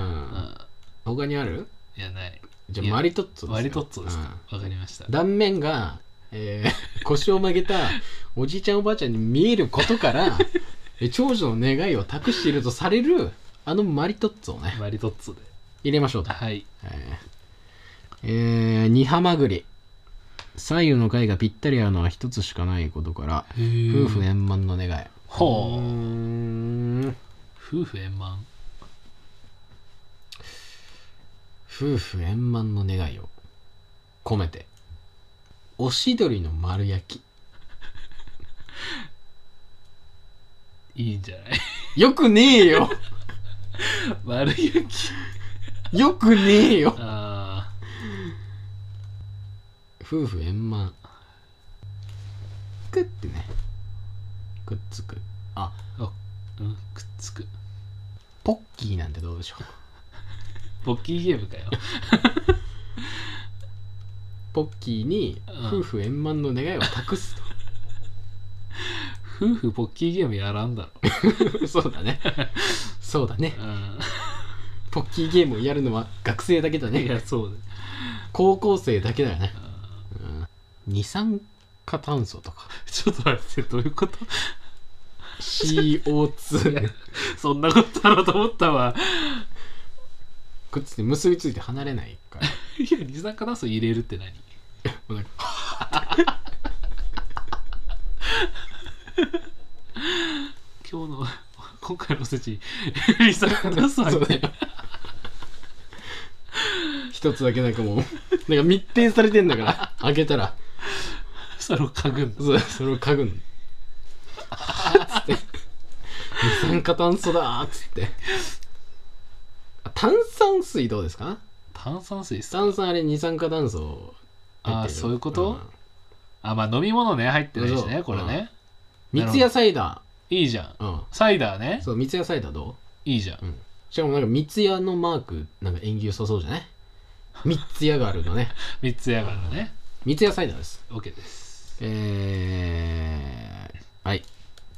A: 他にある？
B: いや、ない。
A: じゃあマリトッツォですよ。
B: マリトッツォですか。わ、うん、かりました。
A: 断面が、えー、腰を曲げたおじいちゃんおばあちゃんに見えることから長寿の願いを託しているとされるあのマリトッツォをね。
B: マリトッツォで
A: 入れましょうと。
B: はい。
A: えー、えー、煮ハマグリ。左右の貝がぴったり合うのは一つしかないことから夫婦円満の願い。
B: ほう。うーん、夫婦円満。
A: 夫婦円満の願いを込めておしどりの丸焼き。
B: いいんじゃない。
A: よくねえよ。
B: 丸焼き
A: よくねえよ。
B: あ、
A: 夫婦円満。くってね、くっつく。あ、
B: あ、うん、くっつく。
A: ポッキーなんてどうでしょう。
B: ポッキーゲームかよ。
A: ポッキーに夫婦円満の願いを託すと。
B: 夫婦ポッキーゲームやらんだ
A: ろ。そうだね。そうだね。
B: うん、
A: ポッキーゲームをやるのは学生だけだね。
B: いや、そうだ。
A: 高校生だけだよね。うん、二酸化炭素とか。
B: ちょっと待って、どういうこと？
A: シーオーツー。
B: そんなことだろうと思ったわ。
A: くっついて結びついて離れないから。い
B: や、二酸化炭素入れるって何？今日の今回のおせち二酸化炭素入ってる。
A: 一つだけなんかもうなんか密閉されてんだから開けたら
B: それを嗅ぐんだ。
A: そうそれを嗅ぐんだ。つって二酸化炭素だーっつって。炭酸水どうですか？
B: 炭酸水っすか？
A: 炭酸あれ二酸化炭素入ってる。
B: あ、そういうこと？うん、あ、まあ飲み物ね入ってないしね、これね。
A: 三ツ矢サイダ
B: ーいいじゃん、
A: うん、
B: サイダーね。
A: そう、三ツ矢サイダーど
B: う？いいじゃん、
A: うん、しかもなんか三ツ矢のマークなんか縁起良さそうじゃない？三ツ矢があるのね。
B: 三ツ矢があるね。
A: 三ツ矢サイダーです。
B: OK です。
A: えー、はい。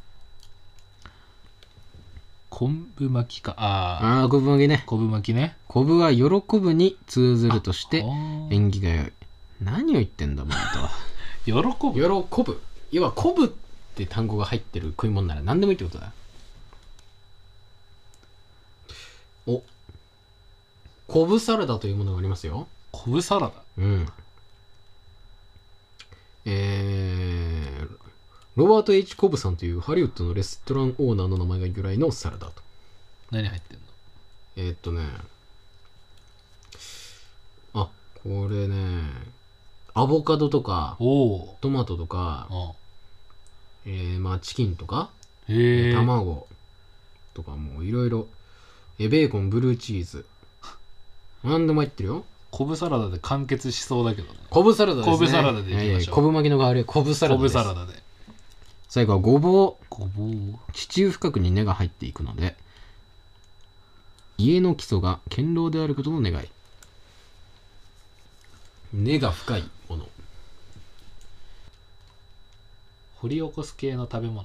B: 昆布巻きか。
A: ああ、昆布巻きね。
B: 昆布巻きね。
A: 昆布は喜ぶに通ずるとして縁起が良い。何を言ってんだお前とは。
B: 喜ぶ
A: 喜ぶ。要は昆布って単語が入ってる食い物なら何でもいいってことだ。お、昆布サラダというものがありますよ。
B: 昆布サラダ。
A: うん。えー、ロバート H コブさんというハリウッドのレストランオーナーの名前が由来のサラダと。
B: 何入ってんの？
A: えー、っとねあこれねアボカドとか
B: お
A: トマトとか、
B: あ
A: えー、まあチキンとか
B: へえ
A: 卵とかもういろいろベーコンブルーチーズ何でも入ってるよ。
B: コブサラダで完結しそうだけどね。
A: コブサラダですね。
B: コブサラダでいきましょう。いやいや
A: コブ巻きの代わりコブサラダです。
B: コブサラダで。
A: 最後はごぼう。
B: ごぼう。
A: 地中深くに根が入っていくので家の基礎が堅牢であることの願い。根が深いもの。
B: 掘り起こす系の食べ物。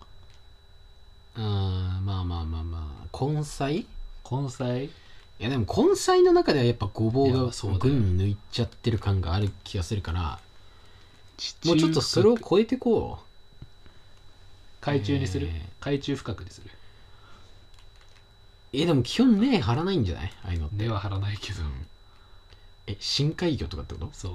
A: あーまあまあまあまあ根菜。
B: 根菜。
A: いやでも根菜の中ではやっぱごぼうが
B: そう
A: 群抜いちゃってる感がある気がするから
B: 地中
A: もうちょっとそれを超えてこう。
B: 海中にする、
A: えー
B: 海中深くにする。
A: えでも基本根張らないんじゃない？ああいうのって
B: 根は張らないけど、
A: うん、え深海魚とかってこと？
B: そう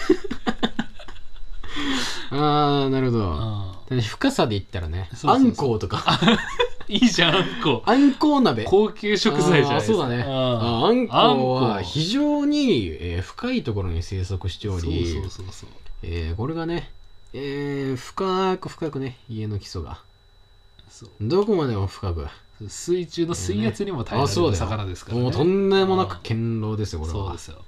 A: ああなるほど。
B: うん
A: 深さで言ったらね
B: そうそうそう
A: あんこうとか
B: いいじゃんあんこ
A: あんこう鍋
B: 高級食材じゃないですか。
A: あそうだね。ああんこうは非常に、えー深いところに生息しており
B: そうそうそうそう、
A: えーこれがね、えー深く深くね家の基礎が
B: そう
A: どこまでも深く
B: 水中の水圧にも耐えられる魚ですからね。
A: もうとんでもなく堅牢ですよこれは。
B: そうですよ。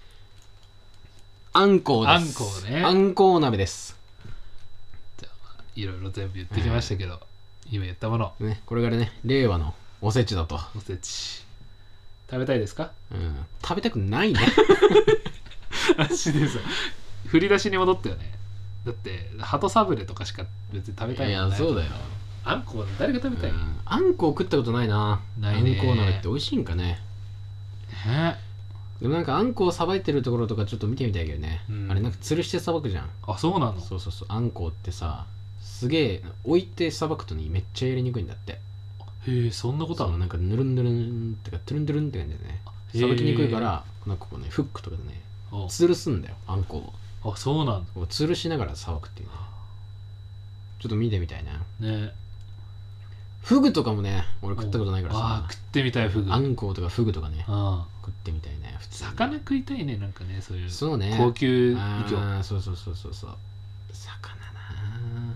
A: あんこうです。
B: あんこうね。
A: あんこう鍋です。
B: じゃあいろいろ全部言ってきましたけど、今言ったもの、
A: ね、これからね令和のおせちだと。
B: おせち食べたいですか？
A: うん、食べたくないね
B: 足でさ振り出しに戻ったよね。だって鳩サブレとかしか別に食べたいもんない。
A: いやそうだよ。
B: あんこ誰が食べたい？
A: うん、あんこを食ったことないな。
B: ないね。
A: あんこう鍋って美味しいんかね。
B: ね
A: でもなんかあんこをさばいてるところとかちょっと見てみたいけどね、うん、あれなんか吊るしてさばくじゃん。
B: あそうなの？
A: そうそうそう。あんこってさすげえ置いてさばくとにめっちゃやりにくいんだって。
B: へえそんなことあるの？
A: なんかぬるんぬるんってかトゥルントゥルンって感じでねさばきにくいからなんかこうねフックとかでね吊るすんだよあんこ
B: を。あそうなんだ。
A: 吊るしながらさばくっていうね。ちょっと見てみたいな。
B: ね
A: フグとかもね俺食ったことないからさ。
B: あ食ってみたいフグ。
A: あんこうとかフグとかね
B: あ
A: 食ってみたいね。普通
B: 魚食いたいねなんかねそういう。
A: そうね
B: 高級
A: 魚。あそうそうそうそうそう。魚な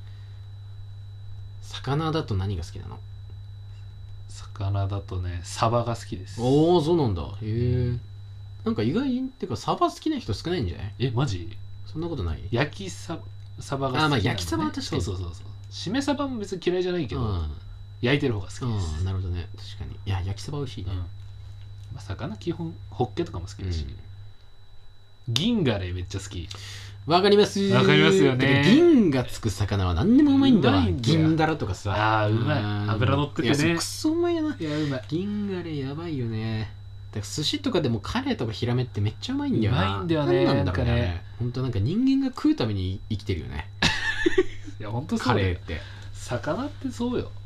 A: 魚だと何が好きなの？
B: 魚だとねサバが好きです。
A: おおそうなんだ。へえ。なんか意外っていうかサバ好きな人少ないんじゃない？
B: えマジ？
A: そんなことない？
B: 焼きササバが好きなんだ、ね、
A: あまあ焼きサバは確かに
B: そうそうそうそうしめサバも別に嫌いじゃないけど、うん、焼いてる方が好きです。
A: なるほどね確かに。いや焼きサバ美味しいね、うんま
B: あ、魚基本ホッケとかも好きだし、うん、銀ガレめっちゃ好き。
A: わかります
B: わかりますよね。
A: 銀がつく魚は何でもうまいんだわ。銀だらとかさ
B: ああうまい油乗っててね。
A: くそうまいよな。
B: いやうまい
A: 銀ガレやばいよね。だから寿司とかでもカレーとかヒラメってめっちゃうまいんだよな。
B: うまいんだよね。
A: なんだろうね。ほんとなんか人間が食うために生きてるよね
B: いやほんとそうだよ。
A: カレーって
B: 魚ってそうよ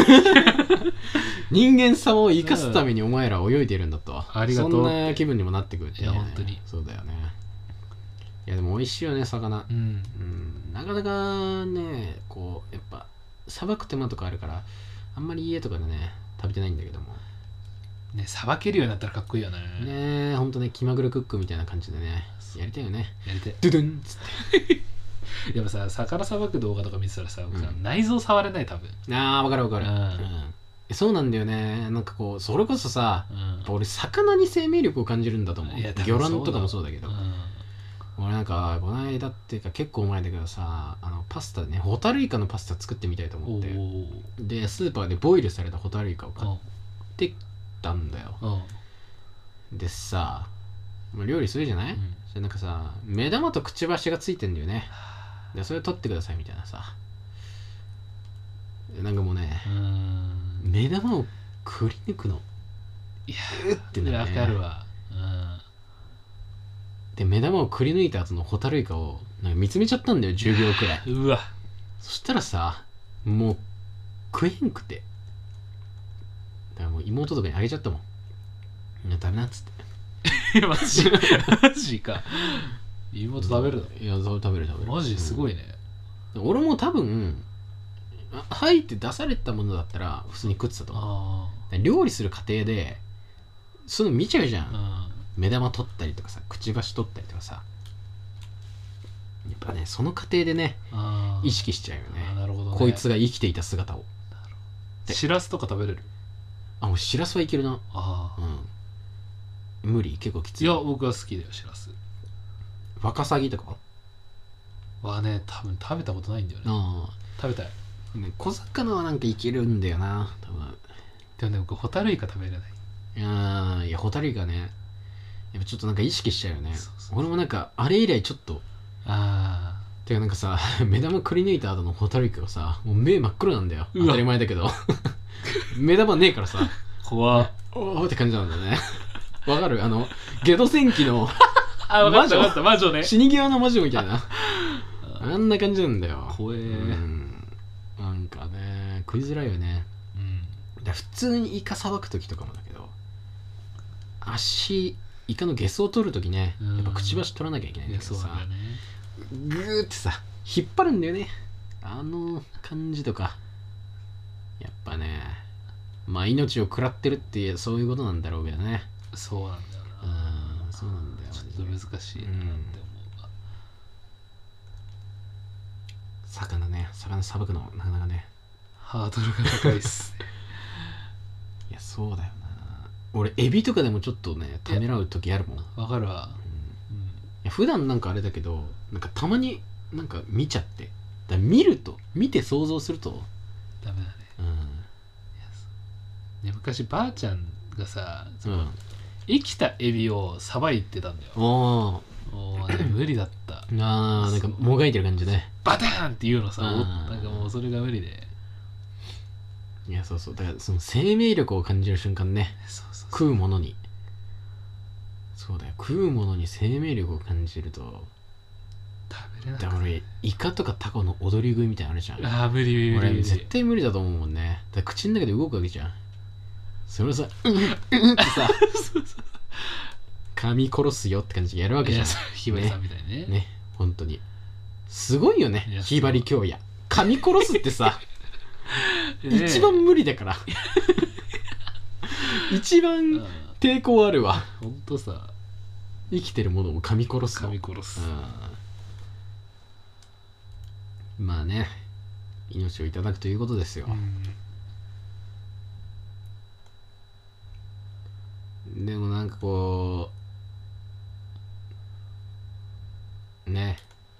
A: 人間様を生かすためにお前ら泳いでるんだと、
B: うん、ありがとう
A: そんな気分にもなってくるって、ね、
B: いや本当に
A: そうだよね。いやでも美味しいよね魚、
B: うん、うん、
A: なかなかねこうやっぱさばく手間とかあるからあんまり家とかでね食べてないんだけども
B: ねさばけるようになったらかっこいいよね。
A: ねえほんとね気まぐれクックみたいな感じでねやりたいよね。
B: やりたい。
A: ドゥドゥンっつって
B: でもさ魚さばく動画とか見てたらさ、
A: うん、
B: 内臓触れない多分。
A: ああ分かる分かる、
B: うん
A: うんそうなんだよね。なんかこうそれこそさ、
B: うん、
A: 俺魚に生命力を感じるんだと思う。魚卵とかもそうだけど、うん、俺なんかこの間っていうか結構前だけどさあのパスタねホタルイカのパスタ作ってみたいと思ってでスーパーでボイルされたホタルイカを買ってきたんだよ。でさ料理するじゃない、うん、それなんかさ目玉とくちばしがついてんだよね。でそれ取ってくださいみたいなさなんかもうねう目玉をくり抜くの
B: いや
A: うってなるね。
B: わかるわ、うん、
A: で目玉をくり抜いた後のホタルイカをなんか見つめちゃったんだよじゅうびょうくらい。
B: うわ
A: そしたらさもう食えんくてだからもう妹とかにあげちゃったもん。いやダメなっつって
B: マジマジか妹食べるの？
A: いや食べる食べる。
B: マジすごいね、
A: うん、俺も多分吐いて出されたものだったら普通に食ってたと思う。 料理する過程でそういうの見ちゃうじゃん、
B: うん、
A: 目玉取ったりとかさ、くちばし取ったりとかさ、やっぱねその過程でね意識しちゃうよね。
B: なるほどね。
A: こいつが生きていた姿を。
B: しらすとか食べれる？
A: あ、もうしらすはいけるな。
B: あ、
A: うん、無理、結構きつい。
B: いや僕は好きだよしらす。
A: ワカサギとか
B: はね多分食べたことないんだよね。
A: あ
B: 食べたい、
A: ね、小魚はなんかいけるんだよな多分。
B: でもね僕ホタルイカ食べれない。
A: いやいやホタルイカねやっぱちょっとなんか意識しちゃうよね。
B: そうそうそう、
A: 俺もなんかあれ以来ちょっと、
B: あ
A: あてかなんかさ目玉くり抜いた後のホタルイカがさもう目真っ黒なんだよ。当たり前だけど目玉ねえからさ
B: 怖っ
A: おーって感じなんだよねわかる？あのゲド戦記の
B: あ、分かった分かった、魔女ね。
A: 死に際の魔女みたいなあんな感じなんだよ。
B: 怖え、うん、
A: なんかね食いづらいよね、うん、だ普通にイカさばく時とかもだけど足イカのゲソを取る時ねやっぱくちばし取らなきゃいけないんだけどさ、うん、グーってさ引っ張るんだよねあの感じとか。やっぱねまあ命を食らってるってそういうことなんだろうけどね。
B: そうなんだよな。うん、そうなんだよ。ちょっと難しいなって思うわ、うん、
A: 魚ね魚さばくのなかなかね
B: ハードルが高いっすね
A: いやそうだよな。俺エビとかでもちょっとねためらう時あるもん。
B: わかるわ、
A: うん、いや普段なんかあれだけどなんかたまになんか見ちゃってだ見ると見て想像すると
B: ダメだね。うん、いやね昔ばあちゃんがさ、その、うん、生きたエビをさばいてたんだよ。おお無理だった。
A: ああなんかもがいてる感じね。
B: バターンっていうのさ、なんかもうそれが無理で。
A: いやそうそうだからその生命力を感じる瞬間ね。そうそうそう食うものにそうだよ食うものに生命力を感じると食べれない。だから俺イカとかタコの踊り食いみたいなのあるじゃん。ああ無理無理無理。俺絶対無理だと思うもんね。だから口の中で動くわけじゃん。それをさうんうんってさ噛み殺すよって感じでやるわけじゃん。
B: ひばりさんみたいにね。
A: ね本当にすごいよねひばり京也。噛み殺すってさ一番無理だから一番抵抗あるわ。
B: ほんとさ
A: 生きてるものを噛み殺すの。
B: 噛み殺す、
A: うん、まあね命をいただくということですよ、うん、でもなんかこうね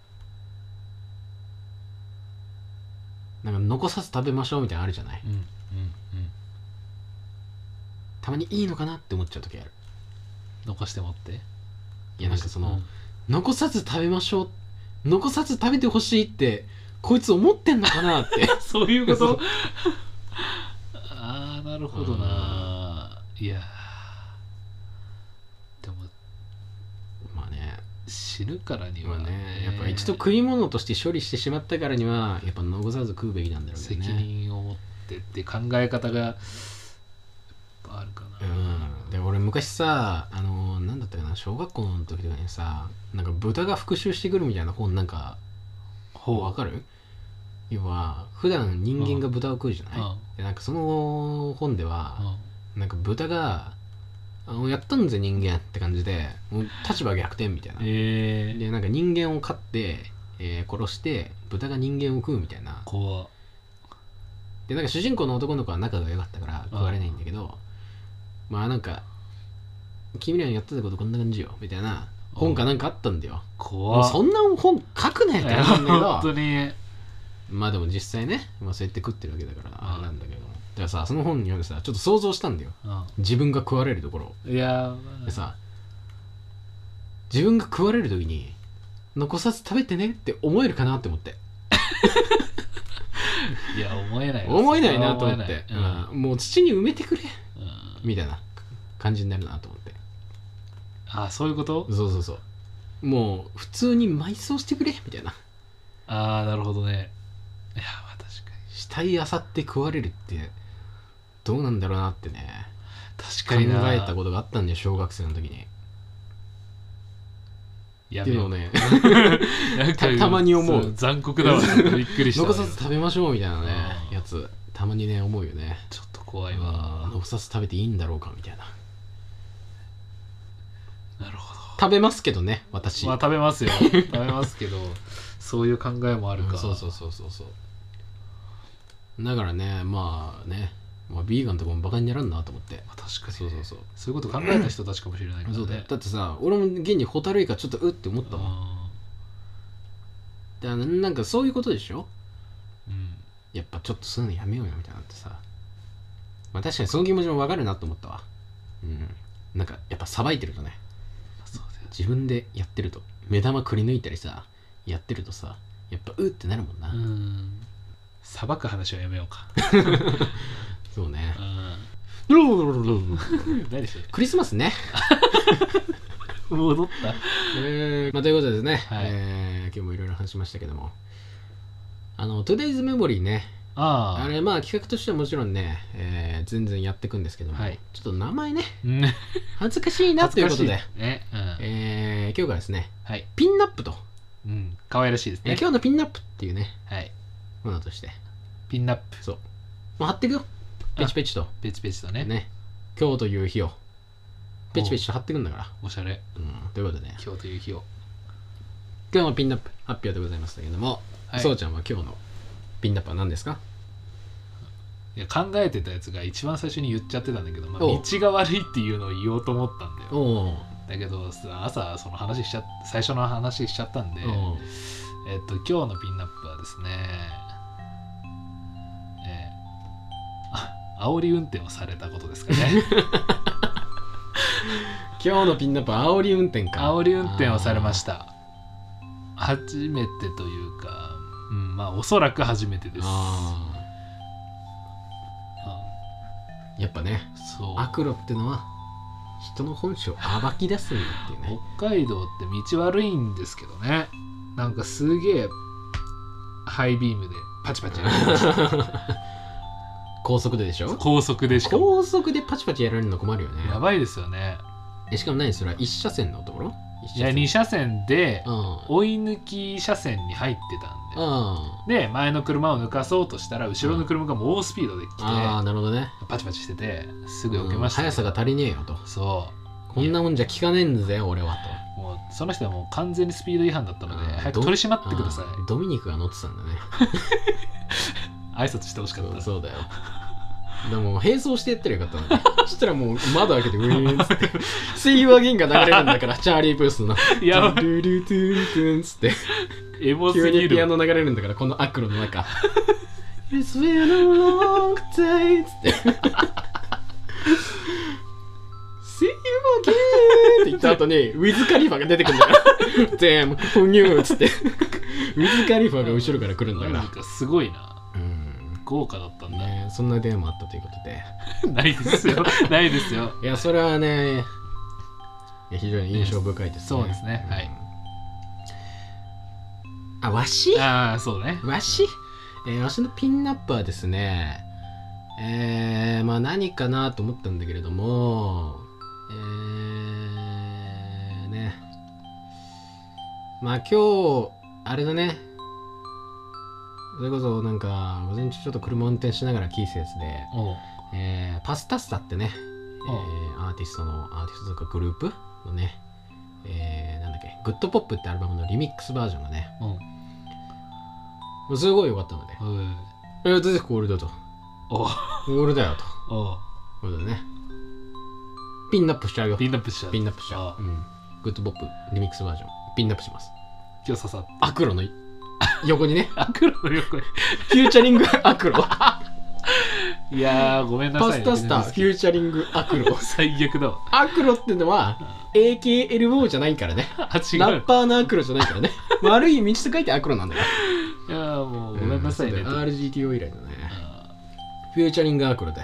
A: なんか残さず食べましょうみたいなのあるじゃない、うんうんうん、たまにいいのかなって思っちゃう時ある。
B: 残してもって
A: いやなんかその、うん、残さず食べましょう残さず食べてほしいってこいつ思ってんのかなって
B: そういうことああなるほどな。いやでも
A: まあね
B: 死ぬからには
A: ね, ねやっぱ一度食い物として処理してしまったからにはやっぱ残さず食うべきなんだろうね。
B: 責任を持ってって考え方があるかな。
A: うん、で俺昔さあのー、なんだったかな小学校の時とかにさなんか豚が復讐してくるみたいな本なんかわかる？要は普段人間が豚を食うじゃない、うん、でなんかその本では、うん、なんか豚があのやったんぜ人間って感じでもう立場逆転みたいな、えー、でなんか人間を飼って、えー、殺して豚が人間を食うみたいな。
B: 怖
A: でなんか主人公の男の子は仲が良かったから食われないんだけど、まあなんか君らにやってたことこんな感じよみたいな本かなんかあったんだよ。
B: 怖
A: そんな本書くねって思うんだけど
B: 本当に
A: まあでも実際ね、まあ、そうやって食ってるわけだからあれなんだけど、だからさその本に読んでさちょっと想像したんだよ、自分が食われるところを。
B: いや
A: でさ自分が食われる時に残さず食べてねって思えるかなって思って
B: いや思えない
A: 思えないなと思って、うん、もう土に埋めてくれ、うん、みたいな感じになるなと思って。
B: ああそういうこと？
A: そうそうそう、もう普通に埋葬してくれみたいな。
B: ああなるほどね。いやまあ確かに
A: 死体あさって食われるってどうなんだろうなってね
B: 確かに
A: 考えたことがあったんだよ小学生の時に。
B: や
A: でもね
B: た,
A: たまに思う。
B: 残酷だわびっくりした。
A: 残さず食べましょうみたいなねやつたまにね思うよね。
B: ちょっと怖いわ。
A: お札食べていいんだろうかみたいな。
B: なるほど。
A: 食べますけどね、私。
B: まあ食べますよ。食べますけど、そういう考えもあるか。
A: うん、そうそうそうそうそう。だからね、まあね、まあ、ビーガンとかもバカにならんなと思って。
B: まあ、確かに、ね、
A: そうそうそう。
B: そういうこと考えた人たちかもしれないからね。
A: そうだよ。だってさ、俺も現にホタルイカちょっとうって思ったもん。だからなんかそういうことでしょ。うん。やっぱちょっとそういうのやめようよみたいなってさ。まあ確かにその気持ちもわかるなと思ったわ。うん。なんかやっぱさばいてるとね。そうだよ。自分でやってると。目玉くり抜いたりさ、やってるとさ、やっぱうってなるもんな。うん。
B: さばく話はやめようか。
A: そうね。
B: うん。何それ。
A: クリスマスね。
B: 戻った。
A: えー、まあということでですね、はい、えー、今日もいろいろ話しましたけども、あの Today's Memory ね、ああれまあ企画としてはもちろんね、えー、全然やっていくんですけども、はい、ちょっと名前ね恥ずかしいなということで、ね、うん、えー、今日からですね、はい、ピンナップと、
B: うん、可愛らしいですね、
A: えー、今日のピンナップっていうね、はい、ものとして
B: ピンナップ、
A: そうもう貼っていくよ、ペチペチと
B: ペチペチとね、ね、
A: 今日という日をペチペチと貼ってくんだから。
B: おしゃれ。
A: うん。ということでね。
B: 今日という日を。
A: 今日のピンナップ発表でございましたけども、はい、そうちゃんは今日のピンナップは何ですか？
B: いや考えてたやつが一番最初に言っちゃってたんだけど、まあ、道が悪いっていうのを言おうと思ったんだよ。だけど朝その話しちゃ最初の話しちゃったんで、えっと今日のピンナップはですね、えー、あ煽り運転をされたことですかね。
A: 今日のピンナップは煽り運転か。
B: 煽り運転をされました。初めてというか、うん、まあおそらく初めてです。あ
A: あやっぱね、そう悪路ってのは人の本性を暴き出すんだっていうね。
B: 北海道って道悪いんですけどね。なんかすげえハイビームでパチパチやられました。
A: 高速ででしょ？
B: 高速でしかも
A: 高速でパチパチやられるの困るよね。
B: やばいですよね。
A: えしかも何それはいち車線のところ？
B: いやに車線で追い抜き車線に入ってたんで、で前の車を抜かそうとしたら後ろの車が猛スピードで来て、
A: ああなるほどね、
B: パチパチしててすぐ避けました、
A: ね、速さが足りねえよと。そうこんなもんじゃ効かねえんぜ俺は
B: と。もうその人はもう完全にスピード違反だったので早く取り締まってください。
A: ドミニクが乗ってたんだね。
B: 挨拶してほしかった。
A: そうだよ。でも並走してやったらよかったのね。そしたらもう窓開けてウィーンっつってセイワーゲンが流れるんだからチャーリー・プースの
B: やばい
A: ルルトゥルトゥンっつって
B: エモすぎる。
A: 急にピアノ流れるんだからこの悪路の中It's been a long day っつって See you again って言った後にウィズ・カリファが出てくるんだからDamn, who knew っつってウィズ・カリファが後ろから来るんだから。
B: なんかすごいな。豪華だったんだ、
A: ね、そんな電話もあったということ
B: でないですよないですよ。
A: いやそれはねいや非常に印象深いですね。
B: そうですね、はい。
A: あわし
B: ああそうね
A: わし、えー、わしのピンナップはですねえー、まあ何かなと思ったんだけれどもえーねまあ今日あれだね、それこそなんか午前中ちょっと車運転しながら聞いたやつで、えー、パスタスタってね、えー、アーティストのアーティストとかグループのね、えー、なんだっけグッドポップってアルバムのリミックスバージョンがね、もうすごい良かったので、えー、出てく俺だと俺だよとおこれでねピンナップしちゃうよ。
B: ピンナップしちゃう
A: ピンナップしちゃう、うん、グッドポップリミックスバージョンピンナップします。
B: 今日刺さって
A: アクロの横にね
B: アクロの横に
A: フューチャリングアクロ
B: いやーごめんなさい、
A: ね、パスタスタフューチャリングアクロ
B: 最悪だわ。
A: アクロってのは エーケーエルオー じゃないからね。
B: あ違う
A: ラッパーのアクロじゃないからね。悪い道と書いてアクロなんだよ。
B: いやーもうごめんなさいね、うん、
A: アールジーティーオー 以来のねフューチャリングアクロで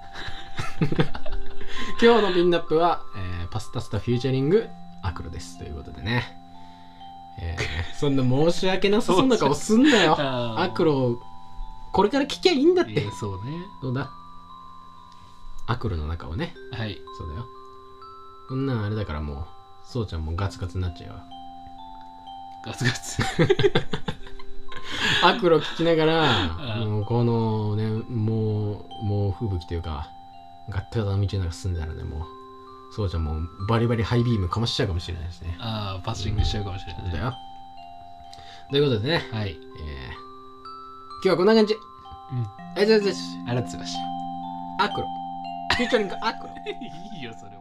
A: 今日のピンナップは、えー、パスタスタフューチャリングアクロですということでね、えー、そんな申し訳なさそうな顔すんなよ。アクロこれから聞きゃいいんだって。
B: そうね。
A: どうだアクロの中をね。
B: はい
A: そうだよ。こんなんあれだからもうそうちゃんもガツガツになっちゃうよ。
B: ガツガツ
A: アクロ聞きながら、もうこのね、もう、もう吹雪というか、ガッタガタの道の中進んでたらね、もう、そうちゃんもうバリバリハイビームかましちゃうかもしれないですね。
B: ああ、パッシングしちゃうかもしれない、ね。
A: だよ。ということでね、
B: はい。えー、
A: 今日はこんな感じ。
B: うん。
A: ありがとうございます。
B: ありがとうございました。
A: アクロ。フィーチャリングアクロ。
B: いいよ、それは。